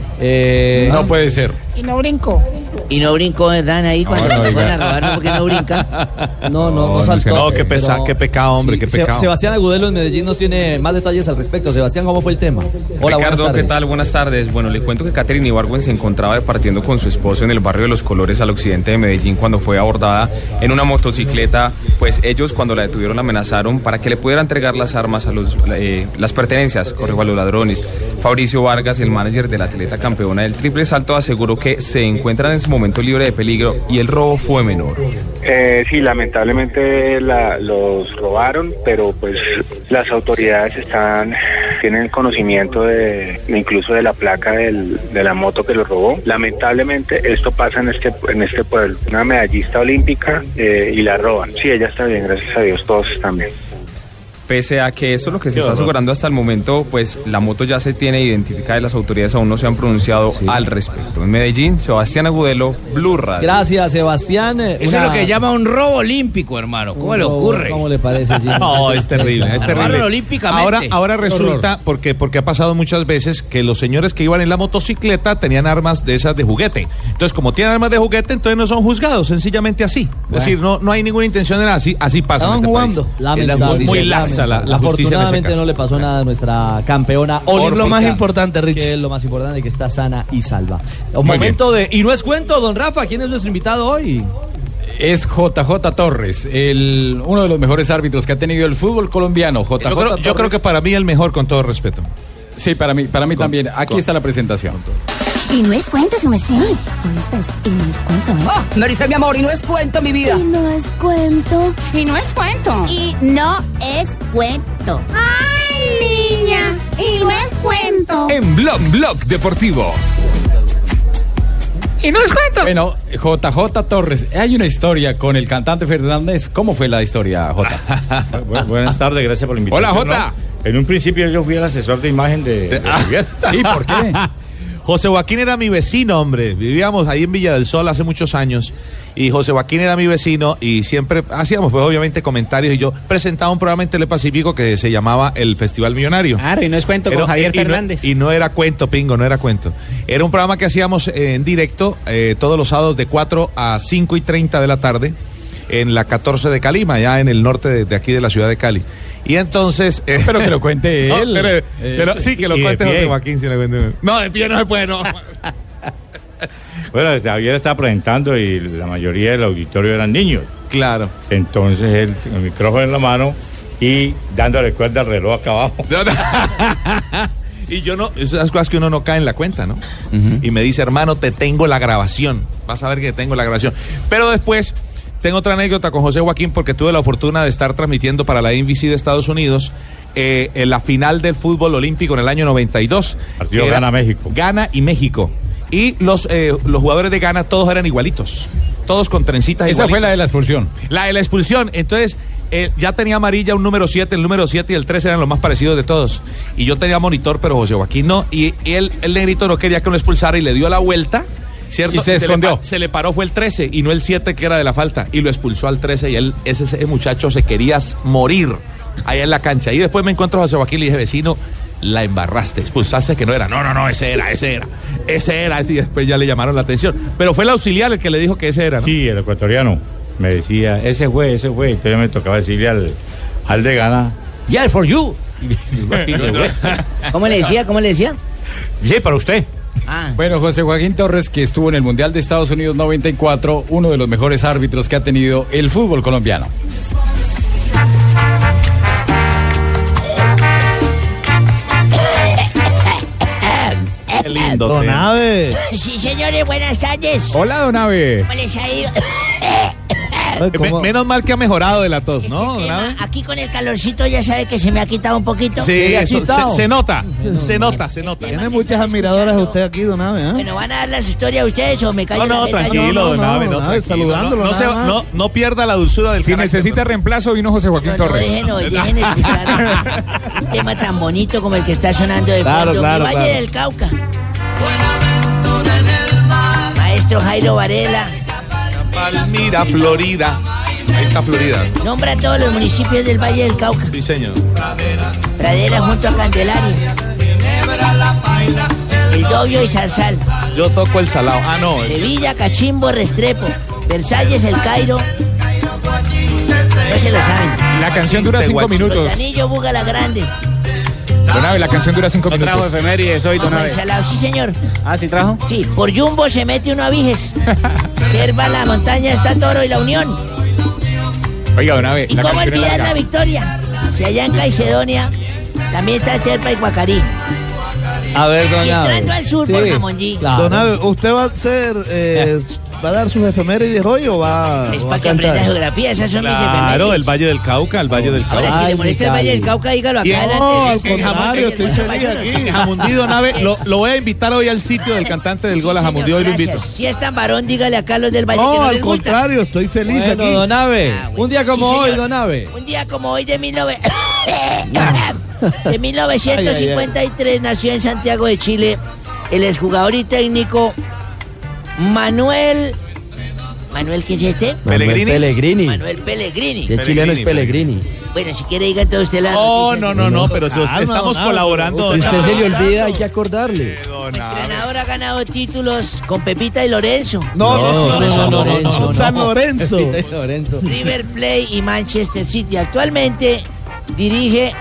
Eh, no puede ser. Y no brincó. Y no brincó, ¿verdad? Ahí cuando no, no, van a robar, ¿no? Porque no brinca. No, no, no saltó. No, qué, pesa, pero, qué pecado, hombre, sí, qué pecado. Sebastián Agudelo en Medellín nos tiene más detalles al respecto. Sebastián, ¿cómo fue el tema? Hola, Ricardo, ¿qué tal? Buenas tardes. Bueno, le cuento que Caterine Ibargüen se encontraba departiendo con su esposo en el barrio de Los Colores al occidente de Medellín cuando fue abordada en una motocicleta. Pues ellos, cuando la detuvieron, la amenazaron para que le pudiera entregar las armas a los, eh, las pertenencias, corrijo, a los ladrones. Fabricio Vargas, el manager de la atleta campeona del triple salto, aseguró que se encuentra en ese momento libre de peligro y el robo fue menor. Eh, sí, lamentablemente la, los robaron, pero pues las autoridades están tienen conocimiento de, de incluso de la placa del, de la moto que los robó. Lamentablemente esto pasa en este en este pueblo. Una medallista olímpica eh, y la roban. Sí, ella está bien, gracias a Dios, todos están bien. Pese a que esto es lo que se está asegurando hasta el momento, pues la moto ya se tiene identificada y las autoridades aún no se han pronunciado sí. al respecto. En Medellín, Sebastián Agudelo, Blue Radio. Gracias, Sebastián. Eso una... es lo que llama un robo olímpico, hermano. ¿Cómo un le ocurre? ¿Cómo le parece? No, es terrible, es terrible. Olímpicamente. Ahora, ahora resulta, porque, porque ha pasado muchas veces, que los señores que iban en la motocicleta tenían armas de esas de juguete. Entonces, como tienen armas de juguete, entonces no son juzgados, sencillamente así. Bueno. Es decir, no, no hay ninguna intención de nada, así, así pasa en este jugando. país. La justicia, muy laxa la, la justicia en ese caso. No le pasó nada a nuestra campeona olímpica. Lo más importante, Rich. Que es lo más importante, que está sana y salva. Un muy momento bien. de... Y no es cuento, don Rafa, ¿quién es nuestro invitado hoy? Es J J Torres, el, uno de los mejores árbitros que ha tenido el fútbol colombiano. J J yo, creo, Torres. yo creo que para mí el mejor, con todo respeto. Sí, para mí, para mí con, también. Aquí con, está la presentación. Y no es cuento, su merced. Hoy estás, y no es cuento, ¿eh? Oh, Marisa, mi amor, y no es cuento, mi vida. Y no es cuento. Y no es cuento. Y no es cuento. ¡Ay, niña! Y no es cuento. En Blog Blog Deportivo. Y no es cuento. Bueno, J J Torres, hay una historia con el cantante Fernández. ¿Cómo fue la historia, J? Bu- buenas tardes, gracias por la invitación. Hola, J. ¿no? En un principio yo fui el asesor de imagen de, de Javier. ¿Y por qué? José Joaquín era mi vecino, hombre. Vivíamos ahí en Villa del Sol hace muchos años. Y José Joaquín era mi vecino y siempre hacíamos, pues obviamente, comentarios. Y yo presentaba un programa en Telepacífico que se llamaba El Festival Millonario. Claro, y no es cuento con Era- Javier y no- Fernández. Y no era cuento, Pingo, no era cuento. Era un programa que hacíamos eh, en directo eh, todos los sábados de cuatro a cinco y treinta de la tarde en la catorce de Calima, ya en el norte de, de aquí de la ciudad de Cali. Y entonces... eh, Pero que lo cuente no, él. pero, Eh, pero sí, que lo y de cuente pie. José Joaquín. Si lo cuente. No, de pie no se puede, no. Bueno, Javier estaba presentando y la mayoría del auditorio eran niños. Claro. Entonces él, con el micrófono en la mano y dándole cuerda al reloj acá abajo. Y yo no, esas cosas que uno no cae en la cuenta, ¿no? Y me dice, hermano, te tengo la grabación. Vas a ver que tengo la grabación. Pero después, tengo otra anécdota con José Joaquín porque tuve la oportunidad de estar transmitiendo para la N B C de Estados Unidos eh, en la final del fútbol olímpico en el año noventa y dos. Partido que era Ghana-México. Ghana y México. Y los, eh, los jugadores de Ghana todos eran igualitos. Todos con trencitas Esa fue igualitas. la de la expulsión. La de la expulsión. Entonces, eh, ya tenía amarilla un número siete, el número siete y el tres eran los más parecidos de todos. Y yo tenía monitor, pero José Joaquín no. Y, y él, el negrito no quería que lo expulsara y le dio la vuelta, ¿cierto? Y se le escondió. pa- Se le, paró, fue el trece y no el siete que era de la falta. Y lo expulsó al trece y él, ese, ese muchacho se quería morir allá en la cancha. Y después me encuentro a José Joaquín y le dije, vecino, la embarraste, expulsaste que no era. No, no, no, ese era, ese era. Ese era, ese. Y después ya le llamaron la atención. Pero fue el auxiliar el que le dijo que ese era, ¿no? Sí, el ecuatoriano me decía, ese fue, ese fue. Entonces me tocaba decirle al, al de Ghana, Yeah, for you. ¿Cómo le decía? ¿Cómo le decía? sí, para usted. Ah. Bueno, José Joaquín Torres, que estuvo en el Mundial de Estados Unidos noventa y cuatro, uno de los mejores árbitros que ha tenido el fútbol colombiano. Qué lindo. Don tema. Ave. Sí, señores, buenas tardes. Hola, don Ave. ¿Cómo les ha ido? Ay, Me- ¿cómo? menos mal que ha mejorado de la tos, ¿no? Este don Abe? tema, aquí con el calorcito ya sabe que se me ha quitado un poquito. Sí, eso, se, se nota, se nota, se nota. Tiene muchas admiradoras de usted aquí, Don Ave, ¿eh? Bueno, ¿van a dar las historias ustedes o me callo? No, no, me callo? tranquilo, no, don no, Abe, no, don Abe, tranquilo. saludándolo, No, no, nada se- más. no, no pierda la dulzura del Si Si necesita reemplazo, vino José Joaquín No, no, Torres. dejen, hoy, dejen escuchar un tema tan bonito como el que está sonando de Claro, fondo. claro, Mi Valle claro. del Cauca. Maestro Jairo Varela Palmira, Florida. Ahí está Florida. nombra a todos los municipios del Valle del Cauca. Sí, señor. Pradera junto a Candelaria. El Dobio y Zarzal. Yo toco el salado. Ah, no. el- Sevilla, Cachimbo, Restrepo. Versalles, El Cairo. No se lo saben. La canción dura cinco minutos. Anillo, Buga la Grande. Don Abe, la canción dura cinco No trajo minutos. efemérides hoy, don Vamos, Abe. el salado, sí señor. Ah, ¿sí trajo? Sí, por Jumbo se mete uno a Viges. Serva, La Montaña, está Toro y La Unión. Oiga, don Abe, ¿Y la cómo canción es olvidar la larga. victoria? Si allá en Caicedonia también está Terpa y Guacarí. A ver, Y don Abe. entrando al sur Sí, por Jamonjí. claro. Don Ave, ¿usted va a ser, eh, va a dar sus efemérides hoy o va, Es o va para a que aprenda cantar? geografía, esas son mis Claro, efemérides. el Valle del Cauca, el Valle del Ahora, Cauca. si Ay, le molesta mi el Valle del Cali. Cauca, dígalo acá Y- adelante. No, al Sí, sí, contrario, estoy jamón, feliz jamón, aquí. Jamundí, don Abe, lo, lo voy a invitar hoy al sitio del cantante del gol a Sí, Jamundí, señor, hoy lo invito. gracias. Si es tan varón, dígale acá a los del Valle que No, no al les gusta. contrario, estoy feliz Bueno, aquí. don Abe, Ah, bueno. un día como Sí, hoy, señor. don Abe. Un día como hoy de, mil nove- de mil novecientos cincuenta y tres nació en Santiago de Chile el exjugador y técnico Manuel... ¿Manuel qué es este? Pellegrini. Pellegrini. Manuel Pellegrini. Que el chileno es Pellegrini. Bueno, si quiere digan todos ustedes la Oh, noticia. no, no, no, pero si Calma, estamos don Abe, colaborando. Si don usted Abe. se le olvida, hay que acordarle. Don Abe. entrenador ha ganado títulos con Pepita y Lorenzo. No, no, no, no, no, no, no, no. San Lorenzo. Lorenzo. River Plate y Manchester City. Actualmente dirige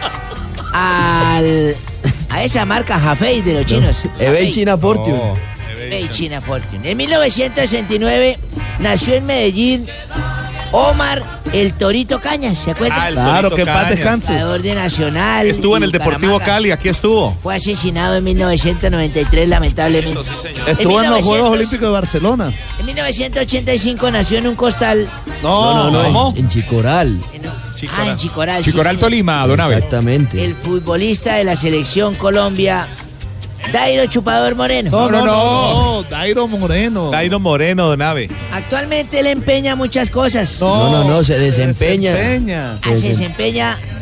al a esa marca Jafei de los chinos. Ebay Jafei. China Fortune. Ebay China Fortune. En mil novecientos sesenta y nueve nació en Medellín Omar el Torito Cañas, ¿se acuerdan? Ah, el Claro, Torito que en paz Cañas. descanse. Jugador de Nacional. Estuvo en y el Deportivo Bucaramanga. Cali, aquí estuvo. Fue asesinado en mil novecientos noventa y tres, lamentablemente. Estuvo en los mil novecientos Juegos Olímpicos de Barcelona. En mil novecientos ochenta y cinco nació en un costal. No, No, no, ¿Cómo? en, en Chicoral. Ah, en Chicoral. sí, Chicoral señor. Tolima, don Abe. Exactamente. El futbolista de la selección Colombia, Dairo Chupador Moreno. No, no, no, no, Dairo Moreno. Dairo Moreno, don Abe. Actualmente él empeña muchas cosas. No, no, no, se desempeña. desempeña. Ah, se desempeña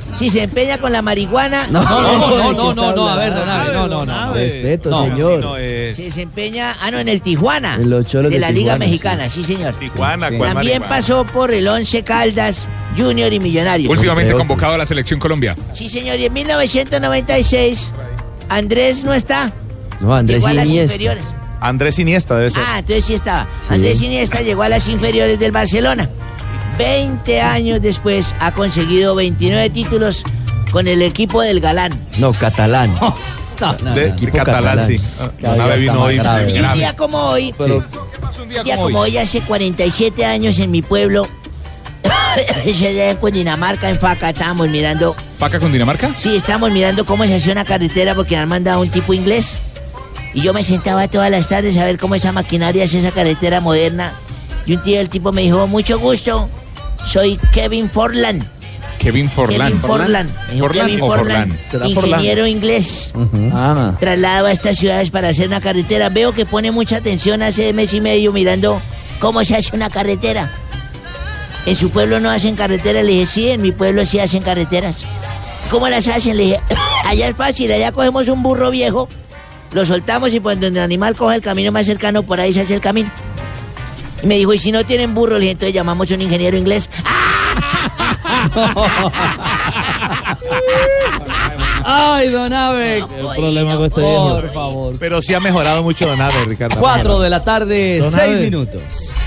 Si se empeña con la marihuana. No, no, no, no, no, no, a ver, don Abe, no, no, no. Respeto, No, señor. No es... Se desempeña, ah, no, en el Tijuana. En los Cholos de de la Liga Tijuana, Mexicana, sí, señor. Tijuana, Sí. ¿cuál También marihuana? pasó por el Once Caldas, Junior y Millonarios. Últimamente convocado a la selección Colombia. Sí, señor, y en mil novecientos noventa y seis, Andrés no está. No, Andrés Llegó a las Iniesta. inferiores. Andrés Iniesta debe ser. Ah, entonces sí estaba. Andrés Iniesta llegó a las inferiores del Barcelona. veinte años después ha conseguido veintinueve títulos con el equipo del Galán. No, catalán. De, equipo catalán, catalán. sí. Cada Una día vez está vino más hoy grave. Y un día como hoy, Pero- un día como hoy, hace cuarenta y siete años en mi pueblo, ese día en Cundinamarca, en Faca, estábamos mirando. ¿Paca con Dinamarca? Sí, estábamos mirando cómo se hacía una carretera porque han mandado un tipo inglés. Y yo me sentaba todas las tardes a ver cómo esa maquinaria hace esa carretera moderna. Y un día el tipo me dijo, mucho gusto, soy Kevin Forlan. Kevin Forlán. Kevin Forlan. Me dijo, ¿Forlán Kevin o Forlan, Forlán? ingeniero inglés. Ah, Trasladado a estas ciudades para hacer una carretera. Veo que pone mucha atención hace mes y medio mirando cómo se hace una carretera. ¿En su pueblo no hacen carreteras? Le dije, sí, en mi pueblo sí hacen carreteras. ¿Cómo las hacen? Le dije, allá es fácil, allá cogemos un burro viejo, lo soltamos y pues donde el animal coge el camino más cercano, por ahí se hace el camino. Y me dijo, ¿y si no tienen burro? Le dije, entonces llamamos a un ingeniero inglés. Ay, don Abe. El problema con este Por viejo. favor. Pero sí ha mejorado mucho Don Abe, Ricardo. Cuatro de la tarde, Don seis Abe. minutos.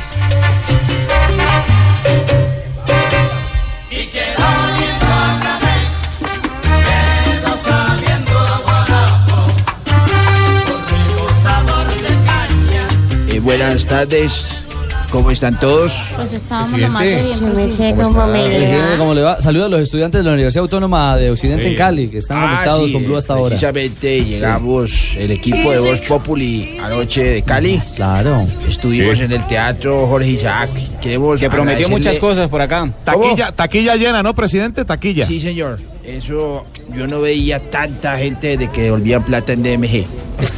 Eh, buenas tardes, ¿cómo están todos? Pues estábamos Presidente. tomando bien. ¿Cómo ¿Cómo me está? Presidente, ¿cómo le va? Saludos a los estudiantes de la Universidad Autónoma de Occidente Sí. en Cali, que están Ah, conectados sí, con Blue hasta ahora. Precisamente llegamos el equipo de Voz Populi anoche de Cali. Claro. Estuvimos Sí. en el teatro Jorge Isaac. Queremos Que prometió agradecerle- muchas cosas por acá. Taquilla, taquilla llena, ¿no, presidente? Taquilla. Sí, señor. Eso, yo no veía tanta gente desde que devolvían plata en D M G.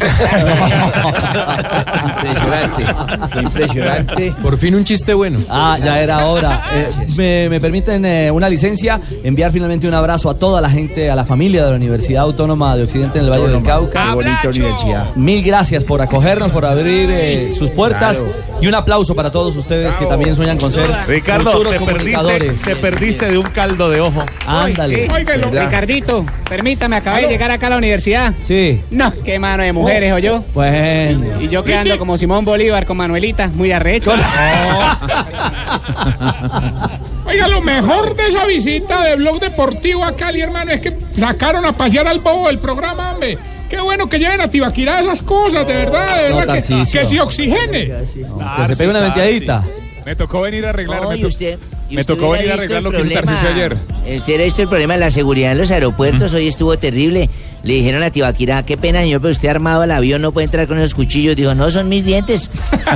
Impresionante, fue impresionante. Por fin un chiste bueno. Ah, ya era hora. Eh, me, me permiten eh, una licencia, enviar finalmente un abrazo a toda la gente, a la familia de la Universidad Autónoma de Occidente en el Valle del Cauca. Qué bonita universidad. Mil gracias por acogernos, por abrir eh, sus puertas Claro. y un aplauso para todos ustedes que también sueñan con ser Ricardo, futuros te perdiste, comunicadores. te perdiste de un caldo de ojo. Ándale. Óigalo, ¿Verdad? Ricardito, permítame, acabé de llegar acá a la universidad. Sí. No, qué mano de mujeres, o yo. Bueno. Y yo quedando como Simón Bolívar con Manuelita, muy arrecho. Oiga, lo mejor de esa visita de Blog Deportivo a Cali, hermano, es que sacaron a pasear al bobo del programa, hombre. Qué bueno que lleven a Tibaquirá esas cosas, de verdad, de No, verdad, que, Tarcisio. que se oxigene. Que se pegue una venteadita. Me tocó venir a arreglar. No, me, y to- usted, y me usted tocó venir hubiera a visto arreglar el lo que hizo problema- Tarcisio ayer. Usted ha visto el problema de la seguridad en los aeropuertos. Hoy estuvo terrible. Le dijeron a Tibaquirá, qué pena, señor, pero usted armado al avión no puede entrar con esos cuchillos. Dijo, no, son mis dientes.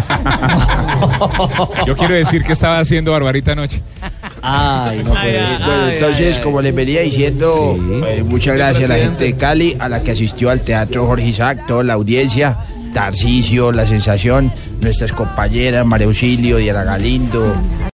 Yo quiero decir que estaba haciendo Barbarita anoche. Ay, no puede ser. Bueno, entonces, como les venía diciendo, eh, muchas gracias a la gente de Cali, a la que asistió al Teatro Jorge Isaac, toda la audiencia, Tarcisio, La Sensación, nuestras compañeras, María Auxilio, Diana Galindo,